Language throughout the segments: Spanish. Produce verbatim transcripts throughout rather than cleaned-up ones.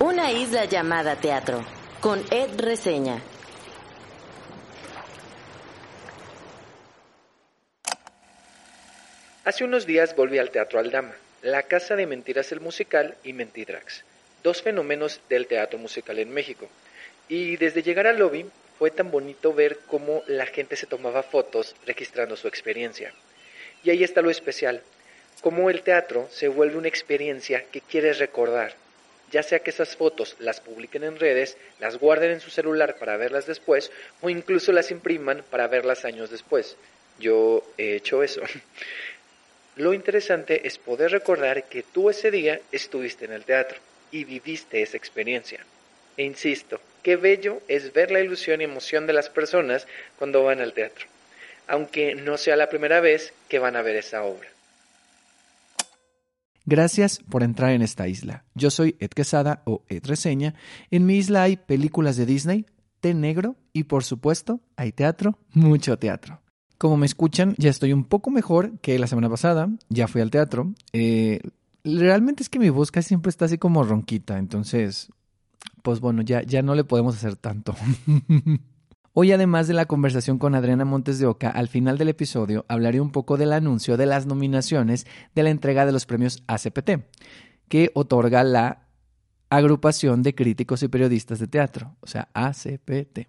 Una isla llamada teatro, con Ed Reseña. Hace unos días volví al Teatro Aldama, la casa de mentiras el musical y Mentidrags, dos fenómenos del teatro musical en México. Y desde llegar al lobby fue tan bonito ver cómo la gente se tomaba fotos registrando su experiencia. Y ahí está lo especial, cómo el teatro se vuelve una experiencia que quieres recordar, ya sea que esas fotos las publiquen en redes, las guarden en su celular para verlas después, o incluso las impriman para verlas años después. Yo he hecho eso. Lo interesante es poder recordar que tú ese día estuviste en el teatro y viviste esa experiencia. E insisto, qué bello es ver la ilusión y emoción de las personas cuando van al teatro, aunque no sea la primera vez que van a ver esa obra. Gracias por entrar en esta isla. Yo soy Ed Quesada o Ed Reseña. En mi isla hay películas de Disney, té negro y por supuesto hay teatro, mucho teatro. Como me escuchan, ya estoy un poco mejor que la semana pasada, ya fui al teatro. Eh, realmente es que mi voz casi siempre está así como ronquita, entonces, pues bueno, ya, ya no le podemos hacer tanto. Hoy, además de la conversación con Adriana Montes de Oca, al final del episodio hablaré un poco del anuncio de las nominaciones de la entrega de los premios A C P T, que otorga la Agrupación de Críticos y Periodistas de Teatro, o sea, A C P T.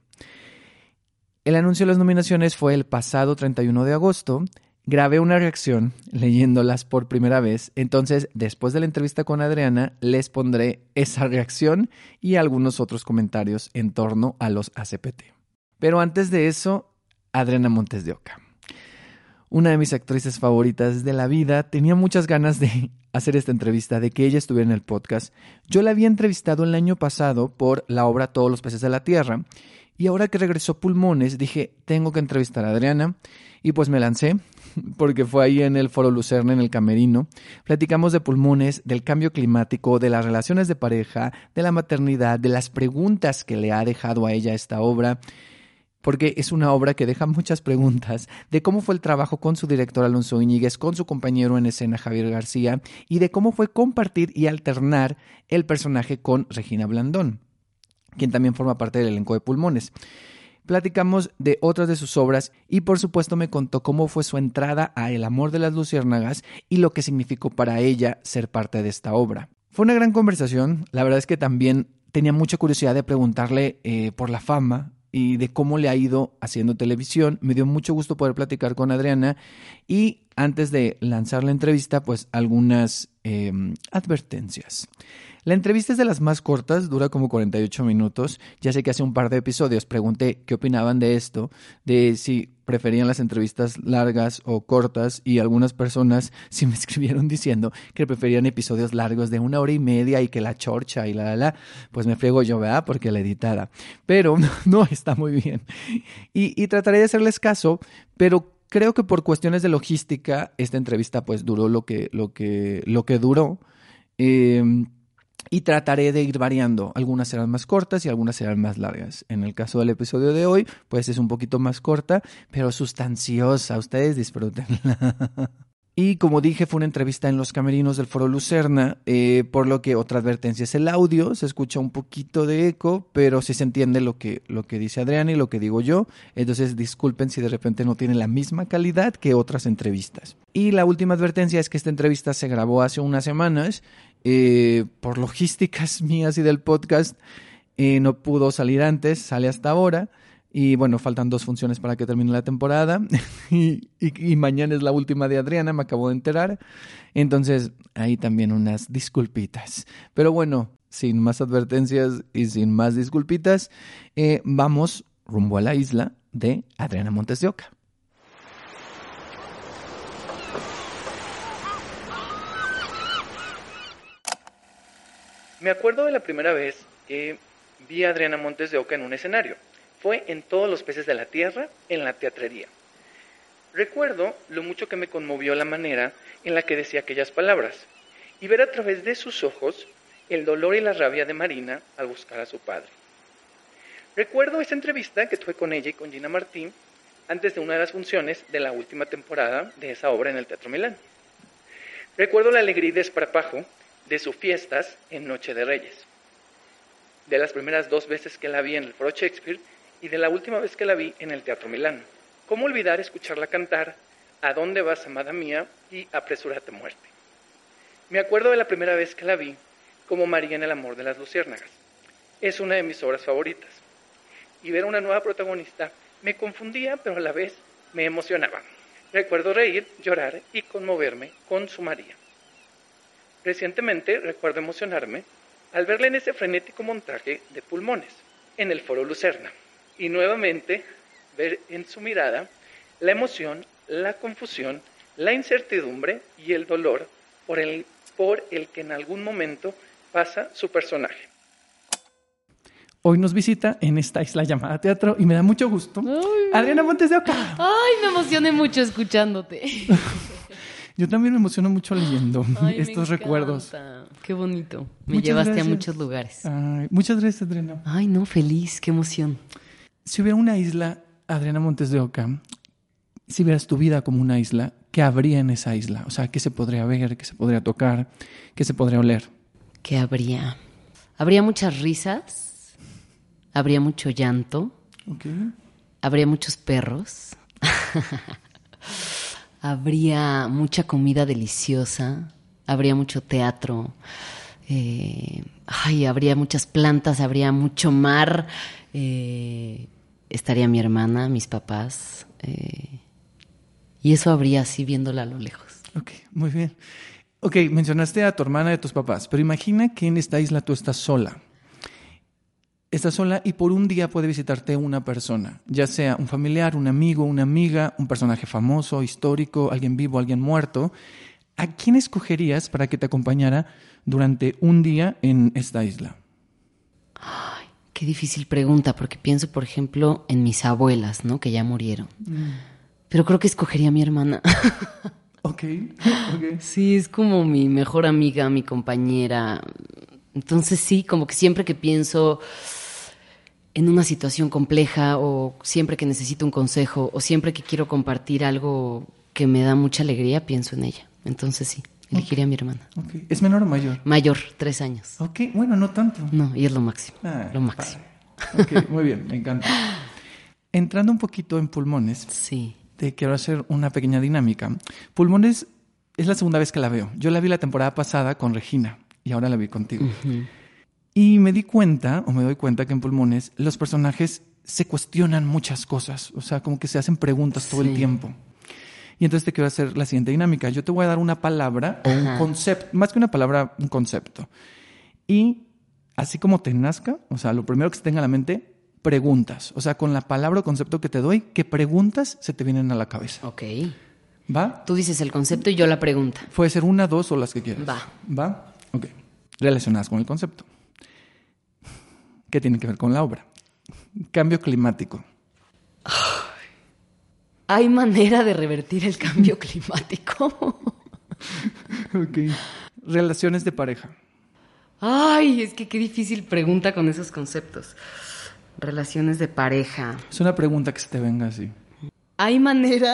El anuncio de las nominaciones fue el pasado treinta y uno de agosto. Grabé una reacción leyéndolas por primera vez, entonces después de la entrevista con Adriana les pondré esa reacción y algunos otros comentarios en torno a los A C P T. Pero antes de eso, Adriana Montes de Oca, una de mis actrices favoritas de la vida, tenía muchas ganas de hacer esta entrevista, de que ella estuviera en el podcast. Yo la había entrevistado el año pasado por la obra Todos los peces de la tierra. Y ahora que regresó Pulmones, dije, tengo que entrevistar a Adriana. Y pues me lancé, porque fue ahí en el Foro Lucerna, en el Camerino. Platicamos de Pulmones, del cambio climático, de las relaciones de pareja, de la maternidad, de las preguntas que le ha dejado a ella esta obra. Porque es una obra que deja muchas preguntas de cómo fue el trabajo con su director Alonso Íñiguez, con su compañero en escena Javier García, y de cómo fue compartir y alternar el personaje con Regina Blandón, quien también forma parte del elenco de Pulmones. Platicamos de otras de sus obras y por supuesto me contó cómo fue su entrada a El amor de las luciérnagas y lo que significó para ella ser parte de esta obra. Fue una gran conversación, la verdad es que también tenía mucha curiosidad de preguntarle eh, por la fama y de cómo le ha ido haciendo televisión. Me dio mucho gusto poder platicar con Adriana y antes de lanzar la entrevista, pues algunas eh, advertencias. La entrevista es de las más cortas, dura como cuarenta y ocho minutos. Ya sé que hace un par de episodios pregunté qué opinaban de esto, de si preferían las entrevistas largas o cortas, y algunas personas sí me escribieron diciendo que preferían episodios largos de una hora y media y que la chorcha y la la la. Pues me friego yo, ¿verdad? Porque la editada. Pero no, está muy bien. Y, y trataré de hacerles caso, pero creo que por cuestiones de logística esta entrevista pues duró lo que, lo que, lo que duró. Eh, Y trataré de ir variando. Algunas serán más cortas y algunas serán más largas. En el caso del episodio de hoy, pues es un poquito más corta, pero sustanciosa. Ustedes disfrútenla. Y como dije, fue una entrevista en los camerinos del Foro Lucerna, eh, por lo que otra advertencia es el audio. Se escucha un poquito de eco, pero sí se entiende lo que, lo que dice Adriana y lo que digo yo. Entonces disculpen si de repente no tiene la misma calidad que otras entrevistas. Y la última advertencia es que esta entrevista se grabó hace unas semanas. Eh, por logísticas mías y del podcast, eh, no pudo salir antes, sale hasta ahora. Y bueno, faltan dos funciones para que termine la temporada. y, y, y mañana es la última de Adriana, me acabo de enterar. Entonces, ahí también unas disculpitas. Pero bueno, sin más advertencias y sin más disculpitas, eh, vamos rumbo a la isla de Adriana Montes de Oca. Me acuerdo de la primera vez que vi a Adriana Montes de Oca en un escenario. Fue en Todos los peces de la tierra, en la teatrería. Recuerdo lo mucho que me conmovió la manera en la que decía aquellas palabras y ver a través de sus ojos el dolor y la rabia de Marina al buscar a su padre. Recuerdo esa entrevista que tuve con ella y con Gina Martín antes de una de las funciones de la última temporada de esa obra en el Teatro Milán. Recuerdo la alegría y desparpajo de sus fiestas en Noche de Reyes. de las primeras dos veces que la vi en el Foro Shakespeare y de la última vez que la vi en el Teatro Milán. ¿Cómo olvidar escucharla cantar ¿A dónde vas, amada mía? Y Apresúrate, muerte? Me acuerdo de la primera vez que la vi como María en El amor de las luciérnagas. Es una de mis obras favoritas. Y ver a una nueva protagonista me confundía, pero a la vez me emocionaba. Recuerdo reír, llorar y conmoverme con su María. Recientemente recuerdo emocionarme al verla en ese frenético montaje de Pulmones, en el Foro Lucerna, y nuevamente ver en su mirada la emoción, la confusión, la incertidumbre y el dolor por el, por el que en algún momento pasa su personaje. Hoy nos visita en esta isla llamada teatro y me da mucho gusto Ay. Adriana Montes de Oca. Ay, me emocioné mucho escuchándote. Yo también me emociono mucho leyendo Ay, estos me recuerdos. Qué bonito. Me Muchas llevaste gracias. a muchos lugares. Ay, muchas gracias, Adriana. Ay, no, feliz, qué emoción. Si hubiera una isla, Adriana Montes de Oca, si vieras tu vida como una isla, ¿qué habría en esa isla? O sea, ¿qué se podría ver, qué se podría tocar, qué se podría oler? ¿Qué habría? Habría muchas risas, habría mucho llanto, Okay. habría muchos perros, habría mucha comida deliciosa, habría mucho teatro, eh, ay, habría muchas plantas, habría mucho mar, eh, estaría mi hermana, mis papás, eh, y eso habría así viéndola a lo lejos. Ok, muy bien. Ok, mencionaste a tu hermana y a tus papás, pero imagina que en esta isla tú estás sola. Estás sola y por un día puede visitarte una persona, ya sea un familiar, un amigo, una amiga, un personaje famoso, histórico, alguien vivo, alguien muerto. ¿A quién escogerías para que te acompañara durante un día en esta isla? Ay, qué difícil pregunta, porque pienso, por ejemplo, en mis abuelas, ¿no? Que ya murieron. Mm. Pero creo que escogería a mi hermana. Ok, ok. Sí, es como mi mejor amiga, mi compañera. Entonces sí, como que siempre que pienso en una situación compleja o siempre que necesito un consejo o siempre que quiero compartir algo que me da mucha alegría, pienso en ella. Entonces sí, elegiría okay. a mi hermana. Okay. ¿Es menor o mayor? Mayor, tres años. Ok, bueno, no tanto. No, y es lo máximo, ah, lo máximo. Ok, muy bien, me encanta. Entrando un poquito en Pulmones, sí. te quiero hacer una pequeña dinámica. Pulmones es la segunda vez que la veo. Yo la vi la temporada pasada con Regina y ahora la vi contigo. Uh-huh. Y me di cuenta, o me doy cuenta, que en Pulmones los personajes se cuestionan muchas cosas. O sea, como que se hacen preguntas sí. todo el tiempo. Y entonces te quiero hacer la siguiente dinámica. Yo te voy a dar una palabra o un Ajá. concepto, más que una palabra, un concepto. Y así como te nazca, o sea, lo primero que se tenga a la mente, preguntas. O sea, con la palabra o concepto que te doy, ¿qué preguntas se te vienen a la cabeza? Ok. ¿Va? Tú dices el concepto y yo la pregunta. Puede ser una, dos o las que quieras. Va. ¿Va? Ok. Relacionadas con el concepto. ¿Qué tiene que ver con la obra? Cambio climático. ¿Hay manera de revertir el cambio climático? Ok. Relaciones de pareja. Ay, es que qué difícil pregunta con esos conceptos. Relaciones de pareja. Es una pregunta que se te venga así. ¿Hay manera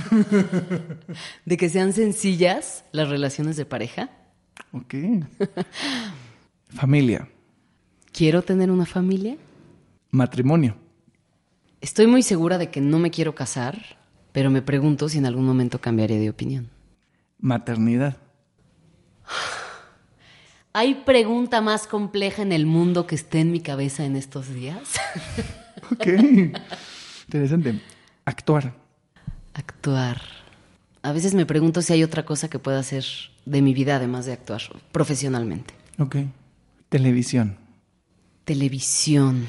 de que sean sencillas las relaciones de pareja? Ok. Familia. ¿Quiero tener una familia? Matrimonio. Estoy muy segura de que no me quiero casar, pero me pregunto si en algún momento cambiaré de opinión. Maternidad. ¿Hay pregunta más compleja en el mundo que esté en mi cabeza en estos días? Ok. Interesante. Actuar. Actuar. A veces me pregunto si hay otra cosa que pueda hacer de mi vida además de actuar profesionalmente. Ok. Televisión. Televisión.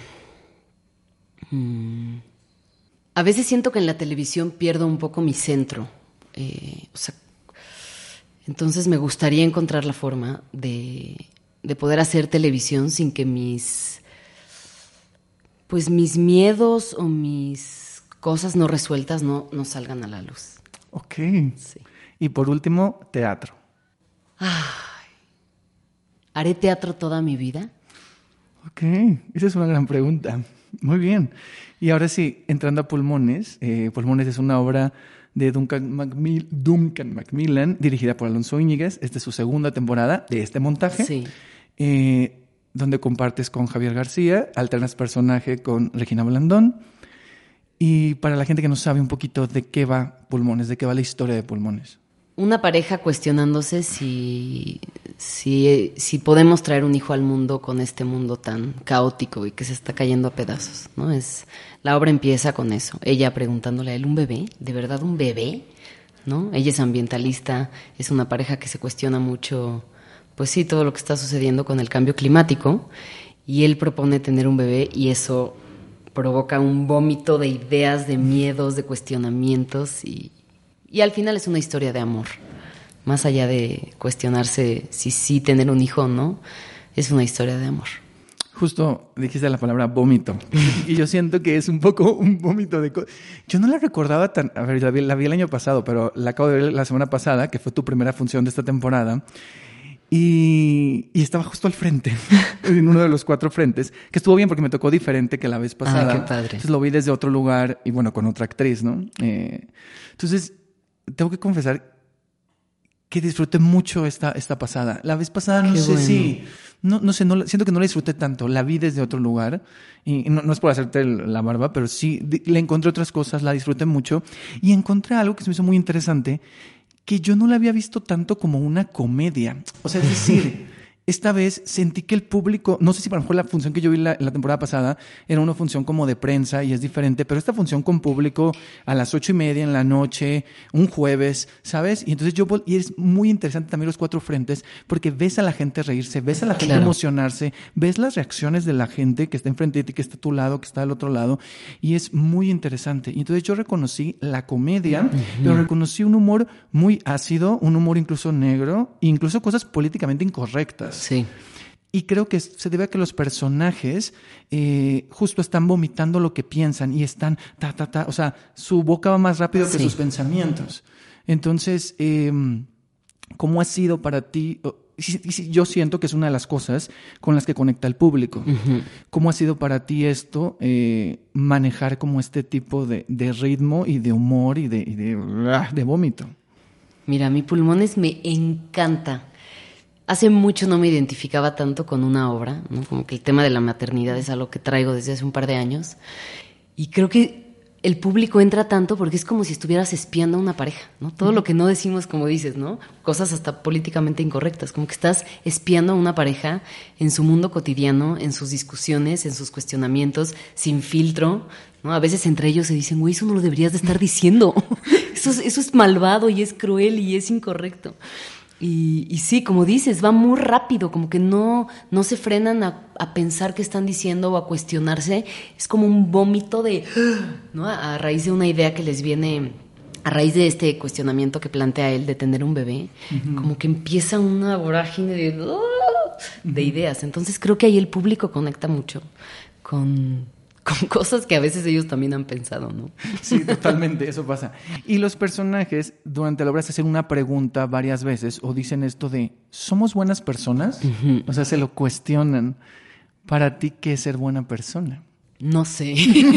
Hmm. A veces siento que en la televisión pierdo un poco mi centro. Eh, o sea, entonces me gustaría encontrar la forma de, de poder hacer televisión sin que mis, pues mis miedos o mis cosas no resueltas no, no salgan a la luz. Ok. Sí. Y por último, teatro. Ay, ¿haré teatro toda mi vida? Ok, esa es una gran pregunta. Muy bien. Y ahora sí, entrando a Pulmones. Eh, Pulmones es una obra de Duncan, Macmill- Duncan Macmillan, dirigida por Alonso Íñiguez. Esta es su segunda temporada de este montaje. Sí. Eh, donde compartes con Javier García, alternas personaje con Regina Blandón. Y para la gente que no sabe un poquito de qué va Pulmones, de qué va la historia de Pulmones. Una pareja cuestionándose si, si, si podemos traer un hijo al mundo con este mundo tan caótico y que se está cayendo a pedazos, ¿no? Es, la obra empieza con eso. Ella preguntándole a él, ¿un bebé? ¿De verdad un bebé? ¿No? Ella es ambientalista, es una pareja que se cuestiona mucho, pues sí, todo lo que está sucediendo con el cambio climático. Y él propone tener un bebé y eso provoca un vómito de ideas, de miedos, de cuestionamientos y... Y al final es una historia de amor. Más allá de cuestionarse si sí tener un hijo o no, es una historia de amor. Justo dijiste la palabra vómito. Y yo siento que es un poco un vómito de... Co- yo no la recordaba tan... A ver, la vi, la vi el año pasado, pero la acabo de ver la semana pasada, que fue tu primera función de esta temporada. Y, y estaba justo al frente, en uno de los cuatro frentes, que estuvo bien porque me tocó diferente que la vez pasada. Ah, qué padre. Entonces lo vi desde otro lugar y bueno, con otra actriz, ¿no? Eh, entonces... Tengo que confesar que disfruté mucho esta, esta pasada. La vez pasada no Qué sé bueno. si... No, no sé, no, siento que no la disfruté tanto. La vi desde otro lugar. Y no, no es por hacerte el- la barba, pero sí di- le encontré otras cosas, la disfruté mucho. Y encontré algo que se me hizo muy interesante, que yo no la había visto tanto como una comedia. O sea, es decir... Esta vez sentí que el público, no sé si a lo mejor la función que yo vi la, la temporada pasada era una función como de prensa y es diferente, pero esta función con público a las ocho y media en la noche, un jueves, ¿sabes? Y entonces yo, vol- y es muy interesante también los cuatro frentes porque ves a la gente reírse, ves a la gente Claro. emocionarse, ves las reacciones de la gente que está enfrente de ti, que está a tu lado, que está al otro lado y es muy interesante. Y entonces yo reconocí la comedia, uh-huh. pero reconocí un humor muy ácido, un humor incluso negro, incluso cosas políticamente incorrectas. Sí. Y creo que se debe a que los personajes eh, justo están vomitando lo que piensan y están ta, ta, ta. O sea, su boca va más rápido Sí. que sus pensamientos. Entonces, eh, ¿cómo ha sido para ti? Y, y yo siento que es una de las cosas con las que conecta el público. Uh-huh. ¿Cómo ha sido para ti esto, eh, manejar como este tipo de, de ritmo y de humor y de, y de, de vómito? Mira, a mí Pulmones me encanta. Hace mucho no me identificaba tanto con una obra, ¿no? Como que el tema de la maternidad es algo que traigo desde hace un par de años. Y creo que el público entra tanto porque es como si estuvieras espiando a una pareja, ¿no? Todo lo que no decimos, como dices, ¿no? Cosas hasta políticamente incorrectas, como que estás espiando a una pareja en su mundo cotidiano, en sus discusiones, en sus cuestionamientos, sin filtro, ¿no? A veces entre ellos se dicen, güey, eso no lo deberías de estar diciendo. Eso es, eso es malvado y es cruel y es incorrecto. Y, y sí, como dices, va muy rápido, como que no, no se frenan a, a pensar qué están diciendo o a cuestionarse. Es como un vómito de, ¿no? A, a raíz de una idea que les viene, a raíz de este cuestionamiento que plantea él de tener un bebé, uh-huh. como que empieza una vorágine de, uh, de ideas. Entonces creo que ahí el público conecta mucho con... con cosas que a veces ellos también han pensado, ¿no? Sí, totalmente, eso pasa. Y los personajes durante la obra se hacen una pregunta varias veces o dicen esto de, ¿somos buenas personas? Uh-huh. O sea, se lo cuestionan. Para ti, ¿qué es ser buena persona? No sé.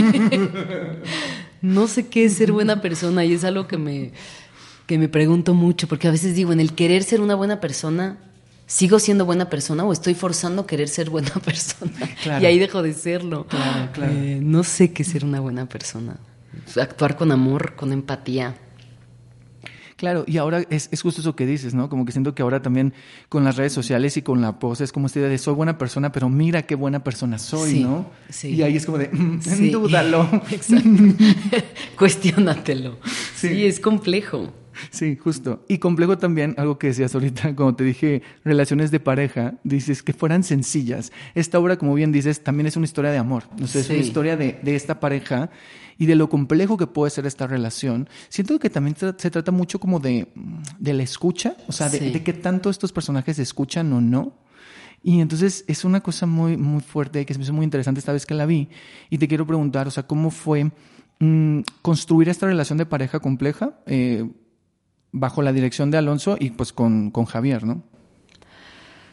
No sé qué es ser buena persona y es algo que me, que me pregunto mucho, porque a veces digo, en el querer ser una buena persona... ¿Sigo siendo buena persona o estoy forzando querer ser buena persona? Claro. Y ahí dejo de serlo. Claro, claro. Eh, no sé qué es ser una buena persona. Actuar con amor, con empatía. Claro, y ahora es, es justo eso que dices, ¿no? Como que siento que ahora también con las redes sociales y con la pose es como esta idea de soy buena persona, pero mira qué buena persona soy, sí, ¿no? Sí. Y ahí es como de, mm, sí. dúdalo. Exacto. Cuestiónatelo. Sí. sí, es complejo. Sí, justo. Y complejo también, algo que decías ahorita, como te dije, relaciones de pareja, dices que fueran sencillas. Esta obra, como bien dices, también es una historia de amor. O sea, sí. Es una historia de, de esta pareja y de lo complejo que puede ser esta relación. Siento que también tra- se trata mucho como de, de la escucha, o sea, de, sí. de qué tanto estos personajes escuchan o no. Y entonces es una cosa muy, muy fuerte que se me hizo muy interesante esta vez que la vi. Y te quiero preguntar, o sea, ¿cómo fue mmm, construir esta relación de pareja compleja? Eh, bajo la dirección de Alonso y pues con, con Javier, ¿no?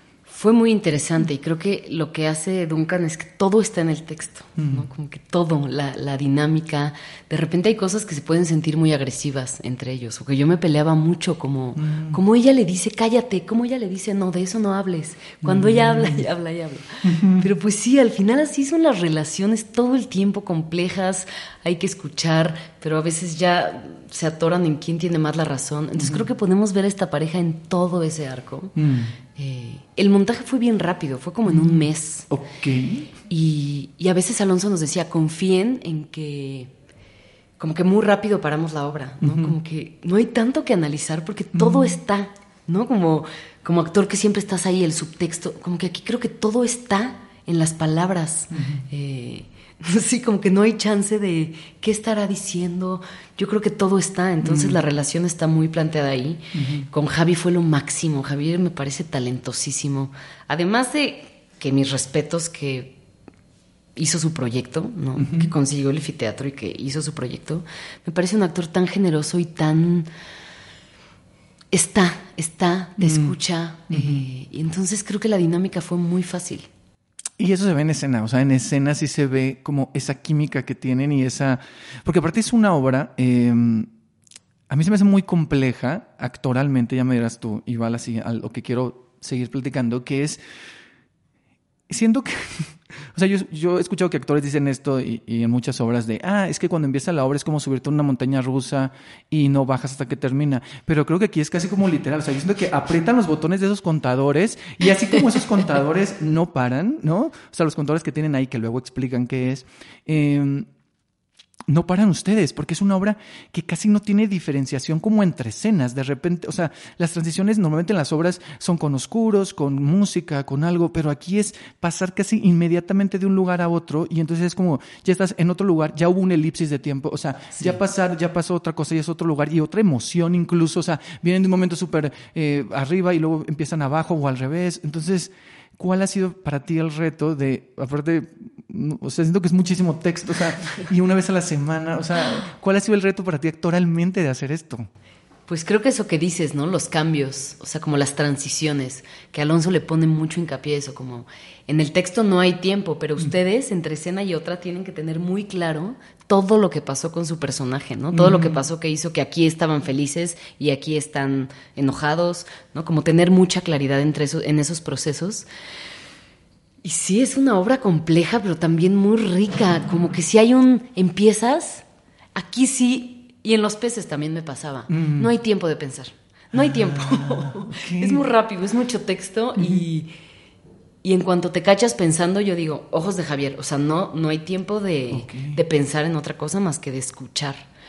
Fue muy interesante y creo que lo que hace Duncan es que todo está en el texto, ¿no? Mm. Como que todo, la, la dinámica. De repente hay cosas que se pueden sentir muy agresivas entre ellos, o que yo me peleaba mucho, como, mm. como ella le dice, cállate, como ella le dice, no, de eso no hables. Cuando mm. ella habla, ella habla, ella habla. Mm-hmm. Pero pues sí, al final así son las relaciones todo el tiempo complejas, hay que escuchar, pero a veces ya se atoran en quién tiene más la razón. Entonces mm. creo que podemos ver a esta pareja en todo ese arco. Mm. Eh, el montaje fue bien rápido, fue como en un mes. Ok. Y, y a veces Alonso nos decía, confíen en que, como que muy rápido paramos la obra, ¿no? Uh-huh. Como que no hay tanto que analizar porque todo uh-huh. está, ¿no? Como, como actor que siempre estás ahí, el subtexto, como que aquí creo que todo está en las palabras. Uh-huh. Eh, sí, como que no hay chance de qué estará diciendo. Yo creo que todo está, entonces uh-huh. la relación está muy planteada ahí. Uh-huh. Con Javi fue lo máximo. Javier me parece talentosísimo. Además de que mis respetos, que hizo su proyecto, ¿no? Uh-huh. Que consiguió el anfiteatro y que hizo su proyecto. Me parece un actor tan generoso y tan... Está, está, te uh-huh. escucha. Uh-huh. Eh, y entonces creo que la dinámica fue muy fácil. Y eso se ve en escena, o sea, en escena sí se ve como esa química que tienen y esa... Porque aparte es una obra, eh, a mí se me hace muy compleja actoralmente, ya me dirás tú, Iván, así a lo que quiero seguir platicando, que es... Siento que... O sea, yo, yo he escuchado que actores dicen esto y, y en muchas obras de, ah, es que cuando empieza la obra es como subirte a una montaña rusa y no bajas hasta que termina. Pero creo que aquí es casi como literal. O sea, yo siento que aprietan los botones de esos contadores y así como esos contadores no paran, ¿no? O sea, los contadores que tienen ahí que luego explican qué es... Eh, no paran ustedes, porque es una obra que casi no tiene diferenciación como entre escenas. De repente, o sea, las transiciones normalmente en las obras son con oscuros, con música, con algo, pero aquí es pasar casi inmediatamente de un lugar a otro y entonces es como, ya estás en otro lugar, ya hubo un elipsis de tiempo, o sea, sí. ya pasar, ya pasó otra cosa y es otro lugar y otra emoción incluso, o sea, vienen de un momento súper eh, arriba y luego empiezan abajo o al revés. Entonces, ¿cuál ha sido para ti el reto de, aparte, o sea, siento que es muchísimo texto, o sea, y una vez a la semana, o sea, ¿cuál ha sido el reto para ti actoralmente de hacer esto? Pues creo que eso que dices, ¿no? Los cambios, o sea, como las transiciones, que Alonso le pone mucho hincapié a eso, como en el texto no hay tiempo, pero ustedes entre escena y otra tienen que tener muy claro todo lo que pasó con su personaje, ¿no? Todo mm. lo que pasó que hizo que aquí estaban felices y aquí están enojados, ¿no? Como tener mucha claridad entre eso, en esos procesos. Y sí, es una obra compleja, pero también muy rica, como que si hay un... Empiezas, aquí sí... Y en Los peces también me pasaba. Mm. No hay tiempo de pensar. No hay tiempo. Ah, okay. Es muy rápido, es mucho texto. Mm. Y, y en cuanto te cachas pensando, yo digo, ojos de Javier. O sea, no, no hay tiempo de, okay. de pensar en otra cosa más que de escuchar.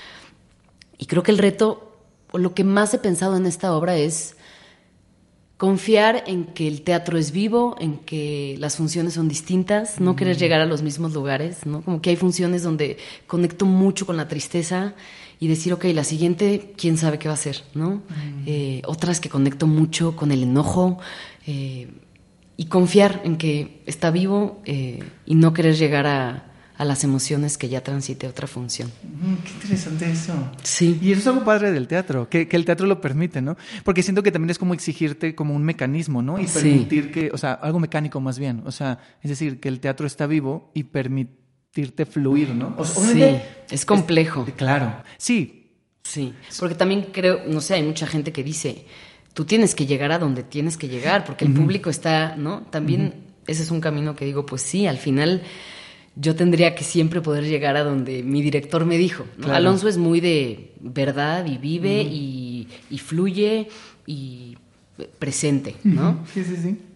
Y creo que el reto, o lo que más he pensado en esta obra es confiar en que el teatro es vivo, en que las funciones son distintas, no mm. querer llegar a los mismos lugares, ¿no? Como que hay funciones donde conecto mucho con la tristeza y decir, ok, la siguiente, quién sabe qué va a ser, ¿no? Mm. Eh, otras que conecto mucho con el enojo eh, y confiar en que está vivo eh, y no querer llegar a, a las emociones que ya transite otra función. Mm, qué interesante eso. Sí. Y eso es algo padre del teatro, que, que el teatro lo permite, ¿no? Porque siento que también es como exigirte como un mecanismo, ¿no? Y permitir sí. que, o sea, algo mecánico más bien, o sea, es decir, que el teatro está vivo y permite fluir, ¿no? O sea, sí, es complejo. Es, claro, sí. Sí, porque también creo, no sé, hay mucha gente que dice, tú tienes que llegar a donde tienes que llegar, porque el uh-huh. público está, ¿no? También uh-huh. ese es un camino que digo, pues sí, al final yo tendría que siempre poder llegar a donde mi director me dijo, ¿no? Claro. Alonso es muy de verdad y vive uh-huh. y, y fluye y presente, ¿no? Uh-huh. Sí, sí, sí.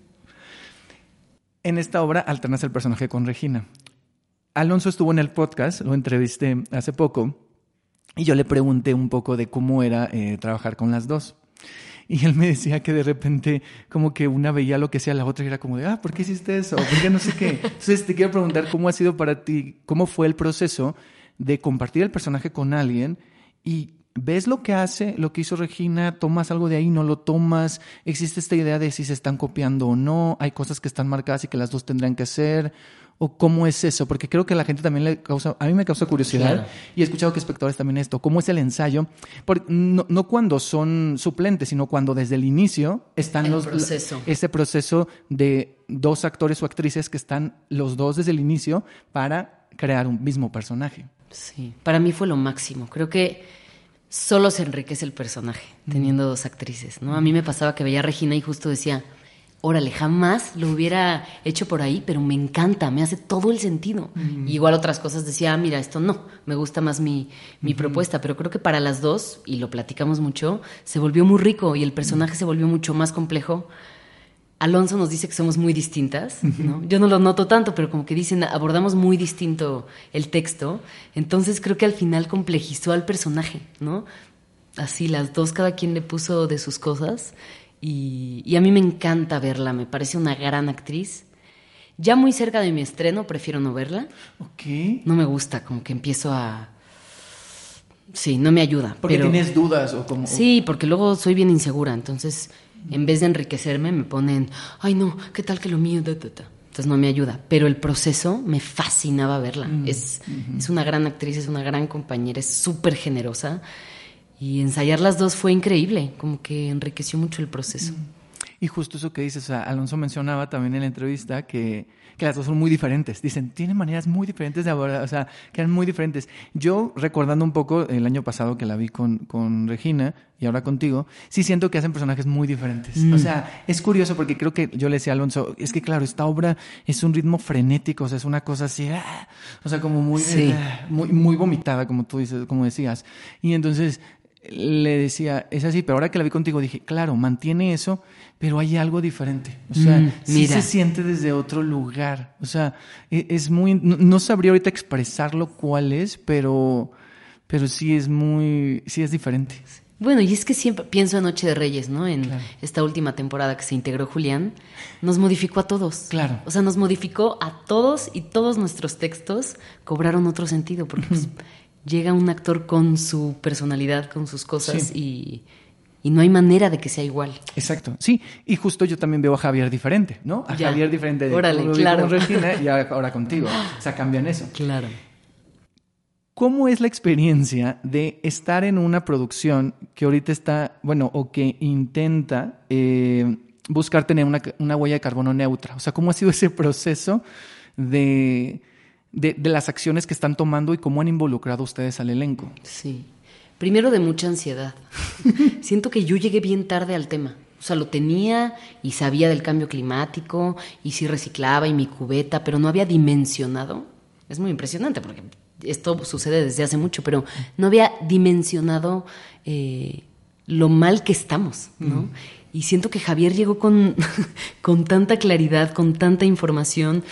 En esta obra alternas el personaje con Regina. Alonso estuvo en el podcast, lo entrevisté hace poco, y yo le pregunté un poco de cómo era eh, trabajar con las dos. Y él me decía que de repente como que una veía lo que hacía la otra y era como de, ah, ¿por qué hiciste eso? ¿Por qué no sé qué? Entonces te quiero preguntar cómo ha sido para ti, cómo fue el proceso de compartir el personaje con alguien y ves lo que hace, lo que hizo Regina, tomas algo de ahí, no lo tomas, existe esta idea de si se están copiando o no, hay cosas que están marcadas y que las dos tendrán que hacer... ¿O cómo es eso? Porque creo que a la gente también le causa, a mí me causa curiosidad, Claro. y he escuchado que espectadores también esto. ¿Cómo es el ensayo? Porque no, no cuando son suplentes, sino cuando desde el inicio están El los... proceso. Ese proceso de dos actores o actrices que están los dos desde el inicio para crear un mismo personaje. Sí, para mí fue lo máximo. Creo que solo se enriquece el personaje teniendo dos actrices, ¿no? A mí me pasaba que veía a Regina y justo decía, órale, jamás lo hubiera hecho por ahí, pero me encanta, me hace todo el sentido. Mm. Y igual otras cosas decía, ah, mira, esto no, me gusta más mi, mi uh-huh. propuesta, pero creo que para las dos, y lo platicamos mucho, se volvió muy rico y el personaje uh-huh. se volvió mucho más complejo. Alonso nos dice que somos muy distintas, ¿no? Yo no lo noto tanto, pero como que dicen, abordamos muy distinto el texto. Entonces creo que al final complejizó al personaje, ¿no? Así, las dos, cada quien le puso de sus cosas. Y, y a mí me encanta verla, me parece una gran actriz. Ya muy cerca de mi estreno, prefiero no verla. Ok. No me gusta, como que empiezo a... Sí, no me ayuda. ¿Porque pero... tienes dudas o como...? Sí, porque luego soy bien insegura, entonces... En vez de enriquecerme, me ponen, ay no, ¿qué tal que lo mío? Da, da, da. Entonces no me ayuda. Pero el proceso me fascinaba verla. Mm, es, uh-huh. es una gran actriz, es una gran compañera, es súper generosa. Y ensayar las dos fue increíble, como que enriqueció mucho el proceso. Y justo eso que dices, o sea, Alonso mencionaba también en la entrevista que, que las dos son muy diferentes. Dicen, tienen maneras muy diferentes de abordar, o sea, que eran muy diferentes. Yo, recordando un poco el año pasado que la vi con, con Regina y ahora contigo, sí siento que hacen personajes muy diferentes. Mm. O sea, es curioso porque creo que yo le decía a Alonso, es que claro, esta obra es un ritmo frenético, o sea, es una cosa así, ah, o sea, como muy, sí. ah, muy, muy vomitada, como tú dices, como decías. Y entonces... le decía, es así, pero ahora que la vi contigo dije, claro, mantiene eso, pero hay algo diferente. O sea, mm, sí se siente desde otro lugar. O sea, es muy... No, no sabría ahorita expresarlo cuál es, pero, pero sí es muy... Sí es diferente. Bueno, y es que siempre pienso en Noche de Reyes, ¿no? En claro. esta última temporada que se integró Julián, nos modificó a todos. Claro. O sea, nos modificó a todos y todos nuestros textos cobraron otro sentido, porque pues... llega un actor con su personalidad, con sus cosas sí. y, y no hay manera de que sea igual. Exacto, sí. Y justo yo también veo a Javier diferente, ¿no? A ya. Javier diferente de Órale, claro. con Regina y ahora contigo. O sea, cambian eso. Claro. ¿Cómo es la experiencia de estar en una producción que ahorita está, bueno, o que intenta eh, buscar tener una, una huella de carbono neutra? O sea, ¿cómo ha sido ese proceso de... De, de las acciones que están tomando y cómo han involucrado ustedes al elenco? Sí. Primero de mucha ansiedad. Siento que yo llegué bien tarde al tema. O sea, lo tenía y sabía del cambio climático y sí reciclaba y mi cubeta, pero no había dimensionado. Es muy impresionante porque esto sucede desde hace mucho, pero no había dimensionado eh, lo mal que estamos, ¿no? Mm. Y siento que Javier llegó con, con tanta claridad, con tanta información...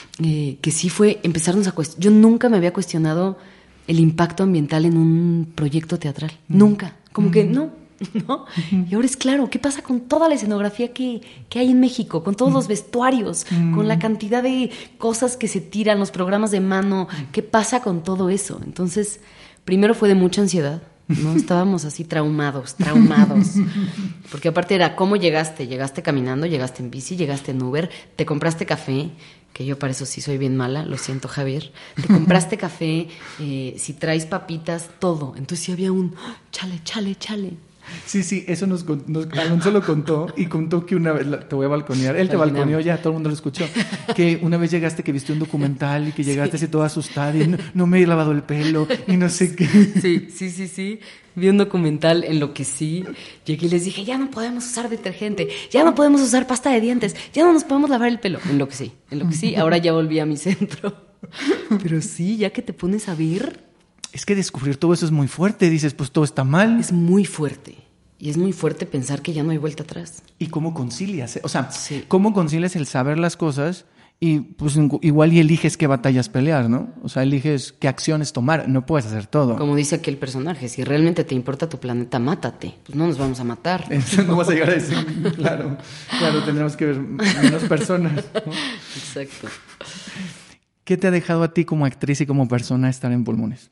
Eh, que sí fue empezarnos a cuestionar. Yo nunca me había cuestionado el impacto ambiental en un proyecto teatral. Mm. Nunca. Como mm. que no, ¿no? Mm. Y ahora es claro, ¿qué pasa con toda la escenografía que, que hay en México? Con todos mm. los vestuarios, mm. con la cantidad de cosas que se tiran, los programas de mano. ¿Qué pasa con todo eso? Entonces, primero fue de mucha ansiedad, ¿no? Estábamos así traumados, traumados. Porque aparte era, ¿cómo llegaste? ¿Llegaste caminando? ¿Llegaste en bici? ¿Llegaste en Uber? ¿Te compraste café? Que yo para eso sí soy bien mala, lo siento, Javier. Te compraste café, eh, si traes papitas, todo. Entonces sí había un chale, chale, chale. Sí, sí, eso nos, nos Alonso lo contó y contó que una vez, te voy a balconear, él te balconeó ya, todo el mundo lo escuchó, que una vez llegaste que viste un documental y que llegaste sí. así toda asustada y no, no me he lavado el pelo y no sé qué. Sí, sí, sí, sí. Vi un documental en lo que sí llegué y les dije, ya no podemos usar detergente, ya no podemos usar pasta de dientes, ya no nos podemos lavar el pelo. En lo que sí, en lo que sí, ahora ya volví a mi centro. Pero sí, ya que te pones a ver... Es que descubrir todo eso es muy fuerte, dices, pues todo está mal. Es muy fuerte. Y es muy fuerte pensar que ya no hay vuelta atrás. ¿Y cómo concilias? O sea, sí. ¿cómo concilias el saber las cosas y pues igual y eliges qué batallas pelear, ¿no? O sea, eliges qué acciones tomar, no puedes hacer todo. Como dice aquí el personaje, si realmente te importa tu planeta, mátate. Pues no nos vamos a matar. Eso no vas a llegar a decir, claro, claro, tendremos que ver menos personas, ¿no? Exacto. ¿Qué te ha dejado a ti como actriz y como persona estar en Pulmones?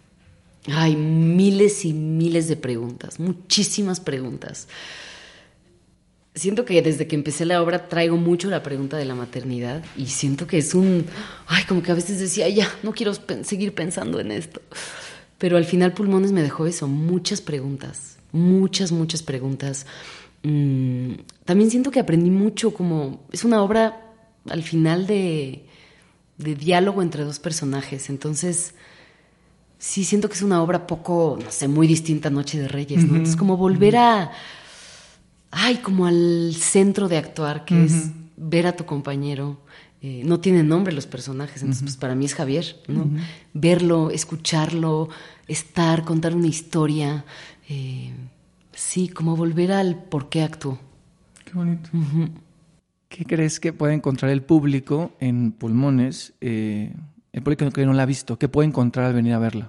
Hay miles y miles de preguntas, muchísimas preguntas. siento que desde que empecé la obra traigo mucho la pregunta de la maternidad y siento que es un... Ay, como que a veces decía, ya, no quiero pen- seguir pensando en esto. Pero al final Pulmones me dejó eso, muchas preguntas, muchas, muchas preguntas. Mm, también siento que aprendí mucho, como... Es una obra al final de, de diálogo entre dos personajes, entonces... Sí, siento que es una obra poco, no sé, muy distinta a Noche de Reyes, ¿no? Uh-huh. Entonces, como volver a... Ay, como al centro de actuar, que uh-huh. es ver a tu compañero. Eh, no tienen nombre los personajes, entonces, uh-huh. pues para mí es Javier, ¿no? Uh-huh. Verlo, escucharlo, estar, contar una historia. Eh, sí, como volver al por qué actuó. Qué bonito. Uh-huh. ¿Qué crees que puede encontrar el público en Pulmones? Eh, el público que no la ha visto, ¿qué puede encontrar al venir a verla?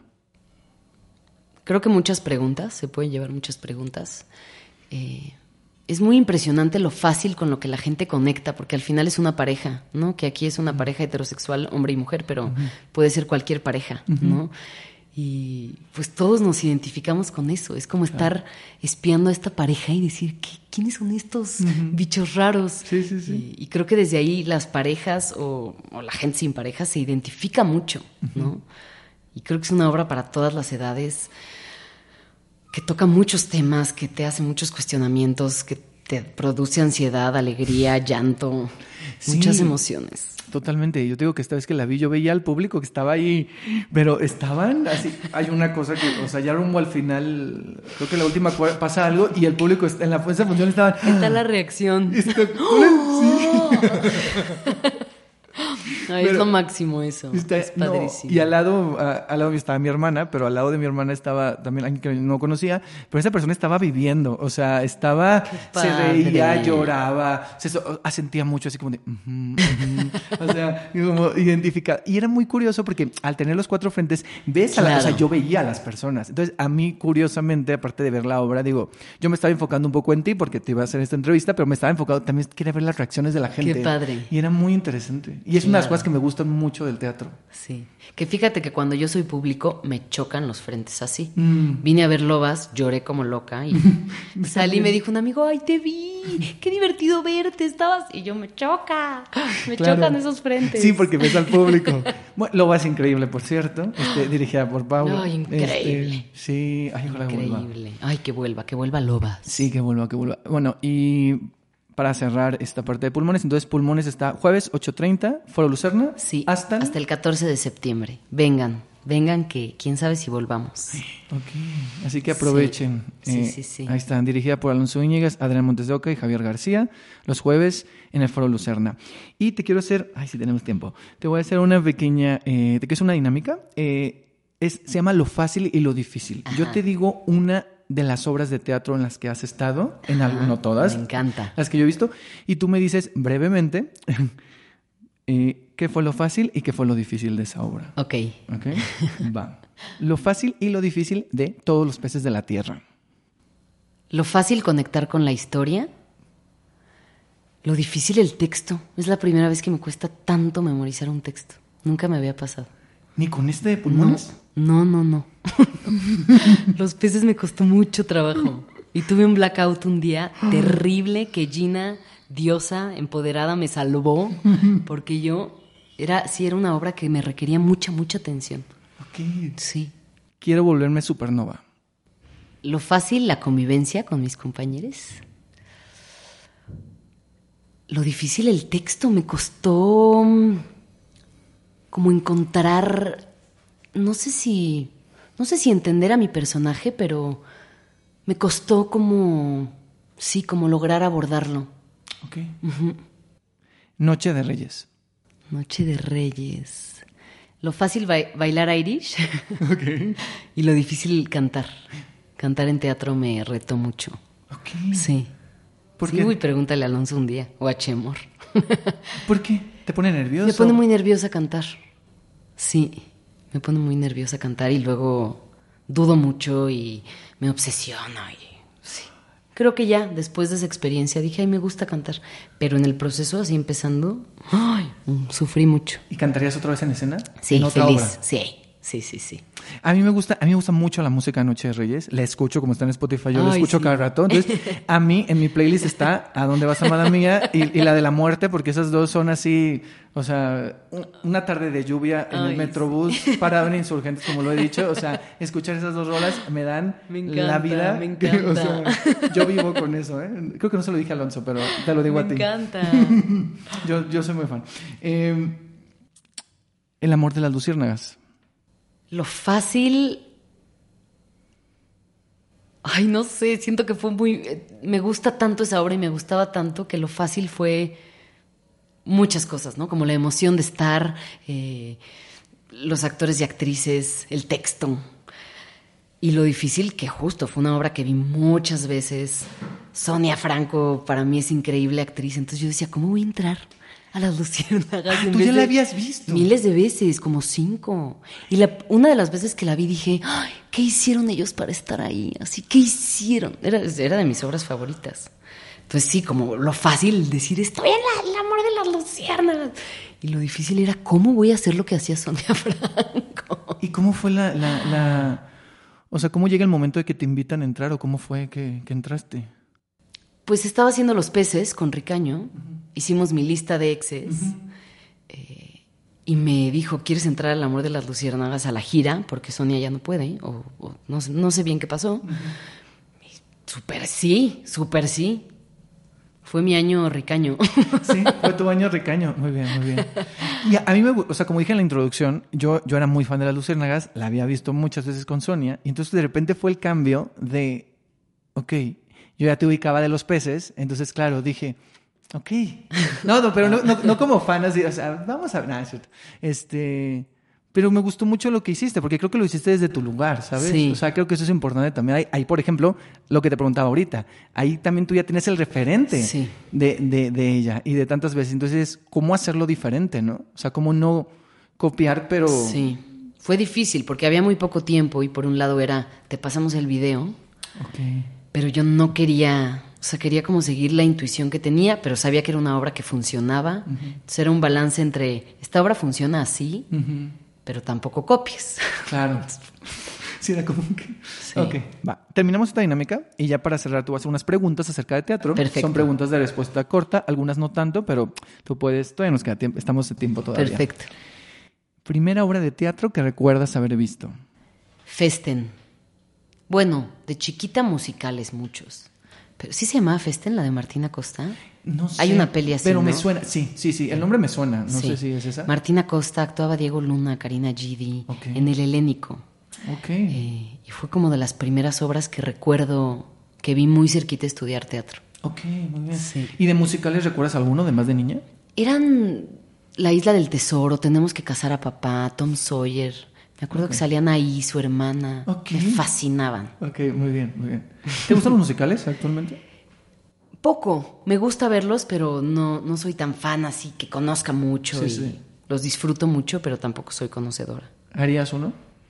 Creo que muchas preguntas, se pueden llevar muchas preguntas. Eh, es muy impresionante lo fácil con lo que la gente conecta, porque al final es una pareja, ¿no? Que aquí es una uh-huh. pareja heterosexual, hombre y mujer, pero uh-huh. puede ser cualquier pareja, uh-huh. ¿no? Y pues todos nos identificamos con eso. Es como estar claro. espiando a esta pareja y decir, ¿qué, ¿quiénes son estos uh-huh. bichos raros? Sí, sí, sí. Y, y creo que desde ahí las parejas o, o la gente sin pareja se identifica mucho, uh-huh. ¿no? Y creo que es una obra para todas las edades, que toca muchos temas, que te hace muchos cuestionamientos, que te produce ansiedad, alegría, llanto, sí, muchas emociones. Totalmente. Yo te digo que esta vez que la vi, yo veía al público que estaba ahí, pero estaban así. Hay una cosa que, o sea, ya rumbo al final, creo que la última pasa algo y el público está, en la esa función estaban. Está la reacción. Está, ¡oh! Sí. Ay, es lo máximo eso. Está, es padrísimo. No, y al lado, a, al lado estaba mi hermana, pero al lado de mi hermana estaba también alguien que no conocía, pero esa persona estaba viviendo, o sea, estaba, se reía, lloraba, se sentía mucho así como de, uh-huh, uh-huh, o sea, como identificada. Y era muy curioso porque al tener los cuatro frentes, ves a la, claro. o sea, yo veía a las personas. Entonces, a mí, curiosamente, aparte de ver la obra, digo, yo me estaba enfocando un poco en ti porque te iba a hacer esta entrevista, pero me estaba enfocado también, quería ver las reacciones de la gente. Qué padre. Y era muy interesante. Y es claro. una de las cosas que me gustan mucho del teatro. Sí. Que fíjate que cuando yo soy público me chocan los frentes así. Mm. Vine a ver Lobas, lloré como loca y salí y me dijo un amigo, ay, te vi, qué divertido verte, estabas... Y yo, me choca, me claro. chocan esos frentes. Sí, porque ves al público. Bueno, Lobas increíble, por cierto, este, dirigida por Pablo. Ay, increíble. Este, sí, ay, ojalá increíble. Vuelva. Ay, que vuelva, que vuelva Lobas. Sí, que vuelva, que vuelva. Bueno, y... para cerrar esta parte de Pulmones, entonces Pulmones está jueves ocho treinta, Foro Lucerna. Sí, hasta el... hasta el catorce de septiembre. Vengan, vengan que quién sabe si volvamos. Ok, así que aprovechen. Sí, eh, sí, sí, sí. Ahí están, dirigida por Alonso Íñiguez, Adrián Montes de Oca y Javier García, los jueves en el Foro Lucerna. Y te quiero hacer, ay, si tenemos tiempo, te voy a hacer una pequeña, eh, ¿qué es una dinámica? Eh, es, se llama Lo Fácil y Lo Difícil. Ajá. Yo te digo una de las obras de teatro en las que has estado, en algunas, no todas. Me encanta. Las que yo he visto. Y tú me dices brevemente eh, qué fue lo fácil y qué fue lo difícil de esa obra. Ok. Ok, va. Lo fácil y lo difícil de Todos los peces de la tierra. Lo fácil, conectar con la historia. Lo difícil, el texto. Es la primera vez que me cuesta tanto memorizar un texto. Nunca me había pasado. ¿Ni con este de Pulmones? No, no, no. no. Los peces me costó mucho trabajo. Y tuve un blackout un día terrible que Gina, diosa empoderada, me salvó. Porque yo, era sí era una obra que me requería mucha, mucha atención. Ok. Sí. Quiero volverme supernova. Lo fácil, la convivencia con mis compañeros. Lo difícil, el texto. Me costó como encontrar, no sé si, no sé si entender a mi personaje, pero me costó como, sí, como lograr abordarlo. Ok. Uh-huh. Noche de Reyes. Noche de Reyes. Lo fácil, ba- bailar Irish. Ok. Y lo difícil, cantar. Cantar en teatro me retó mucho. Ok. Sí. ¿Por sí, qué? Uy, pregúntale a Alonso un día, o a Chemor. ¿Por qué? ¿Te pone nervioso? Me pone muy nerviosa cantar. Sí, me pone muy nerviosa cantar y luego dudo mucho y me obsesiono. Y, sí. Creo que ya, después de esa experiencia, dije, ay, me gusta cantar. Pero en el proceso, así empezando, ay, sufrí mucho. ¿Y cantarías otra vez en escena? Sí, ¿En otra feliz. obra? Sí, sí, sí, sí. A mí me gusta, a mí me gusta mucho la música de Noche de Reyes. La escucho como está en Spotify, yo la Ay, escucho sí. cada rato. Entonces, a mí, en mi playlist está A Dónde Vas, Amada Mía y, y la de la muerte, porque esas dos son así, o sea, un- una tarde de lluvia en Ay, el Metrobús, parado en Insurgentes, como lo he dicho. O sea, escuchar esas dos rolas me dan Me encanta, la vida. me encanta. O sea, yo vivo con eso, ¿eh? Creo que no se lo dije a Alonso, pero te lo digo Me a ti. encanta. Yo, yo soy muy fan. Eh, El amor de las luciérnagas. Lo fácil... Ay, no sé, siento que fue muy... eh, Me gusta tanto esa obra y me gustaba tanto que lo fácil fue muchas cosas, ¿no? Como la emoción de estar, eh, los actores y actrices, el texto. Y lo difícil que justo fue una obra que vi muchas veces. Sonia Franco para mí es increíble actriz. Entonces yo decía, ¿cómo voy a entrar a las luciérnagas? Ah, en tú vez ya la de- habías visto. Miles de veces, como cinco. Y la, una de las veces que la vi dije, "Ay, ¿qué hicieron ellos para estar ahí? Así, ¿qué hicieron?" Era, era de mis obras favoritas. Entonces sí, como lo fácil decir, estoy en la- el amor de las luciérnagas. Y lo difícil era, ¿cómo voy a hacer lo que hacía Sonia Franco? ¿Y cómo fue la, la, la- O sea, cómo llega el momento de que te invitan a entrar o cómo fue que, que entraste? Pues estaba haciendo Los Peces con Ricaño. Hicimos mi lista de exes. Eh, y me dijo, ¿quieres entrar al amor de las luciérnagas a la gira? Porque Sonia ya no puede. O, o no, sé- no sé bien qué pasó. Y súper sí, súper sí. Fue mi año Ricaño. Sí, fue tu año Ricaño. Muy bien, muy bien. Y a, a mí me, gu- o sea, como dije en la introducción, yo, yo era muy fan de las luciérnagas, la había visto muchas veces con Sonia, y entonces de repente fue el cambio de, ok, yo ya te ubicaba de Los Peces, entonces claro, dije, ok. No, no, pero no, no, no como fan, así, o sea, vamos a ver, nada, es cierto. Este, pero me gustó mucho lo que hiciste, porque creo que lo hiciste desde tu lugar, ¿sabes? Sí. O sea, creo que eso es importante también. Ahí, ahí, por ejemplo, lo que te preguntaba ahorita, ahí también tú ya tienes el referente Sí. de, de, de ella y de tantas veces. Entonces, ¿cómo hacerlo diferente, no? O sea, ¿cómo no copiar, pero... Sí. Fue difícil porque había muy poco tiempo y por un lado era, te pasamos el video, Ok. pero yo no quería, o sea, quería como seguir la intuición que tenía, pero sabía que era una obra que funcionaba. Entonces era un balance entre, esta obra funciona así, Ujú. pero tampoco copies. Claro. Sí, era como que... Sí. Ok, va. Terminamos esta dinámica y ya para cerrar tú vas a hacer unas preguntas acerca de teatro. Perfecto. Son preguntas de respuesta corta, algunas no tanto, pero tú puedes... Todavía nos queda tiempo, estamos de tiempo todavía. Perfecto. Primera obra de teatro que recuerdas haber visto. Festen. Bueno, de chiquita musicales muchos. Pero ¿sí se llamaba Festen, la de Martina Costa? No sé. Hay una peli así, Pero me ¿no? suena, sí, sí, sí. El nombre me suena. No Sí. sé si es esa. Martina Costa, actuaba Diego Luna, Karina Gidi, Ok. en El Helénico. Ok. Eh, y fue como de las primeras obras que recuerdo que vi muy cerquita estudiar teatro. Ok, muy bien. Sí. ¿Y de musicales recuerdas alguno de más de niña? Eran La Isla del Tesoro, Tenemos que casar a papá, Tom Sawyer. Me acuerdo que salían ahí, su hermana. Ok. Me fascinaban. Ok, muy bien, muy bien. ¿Te gustan los musicales actualmente? Poco. Me gusta verlos, pero no, no soy tan fan así que conozca mucho. Sí, y sí. Los disfruto mucho, pero tampoco soy conocedora. ¿Harías uno?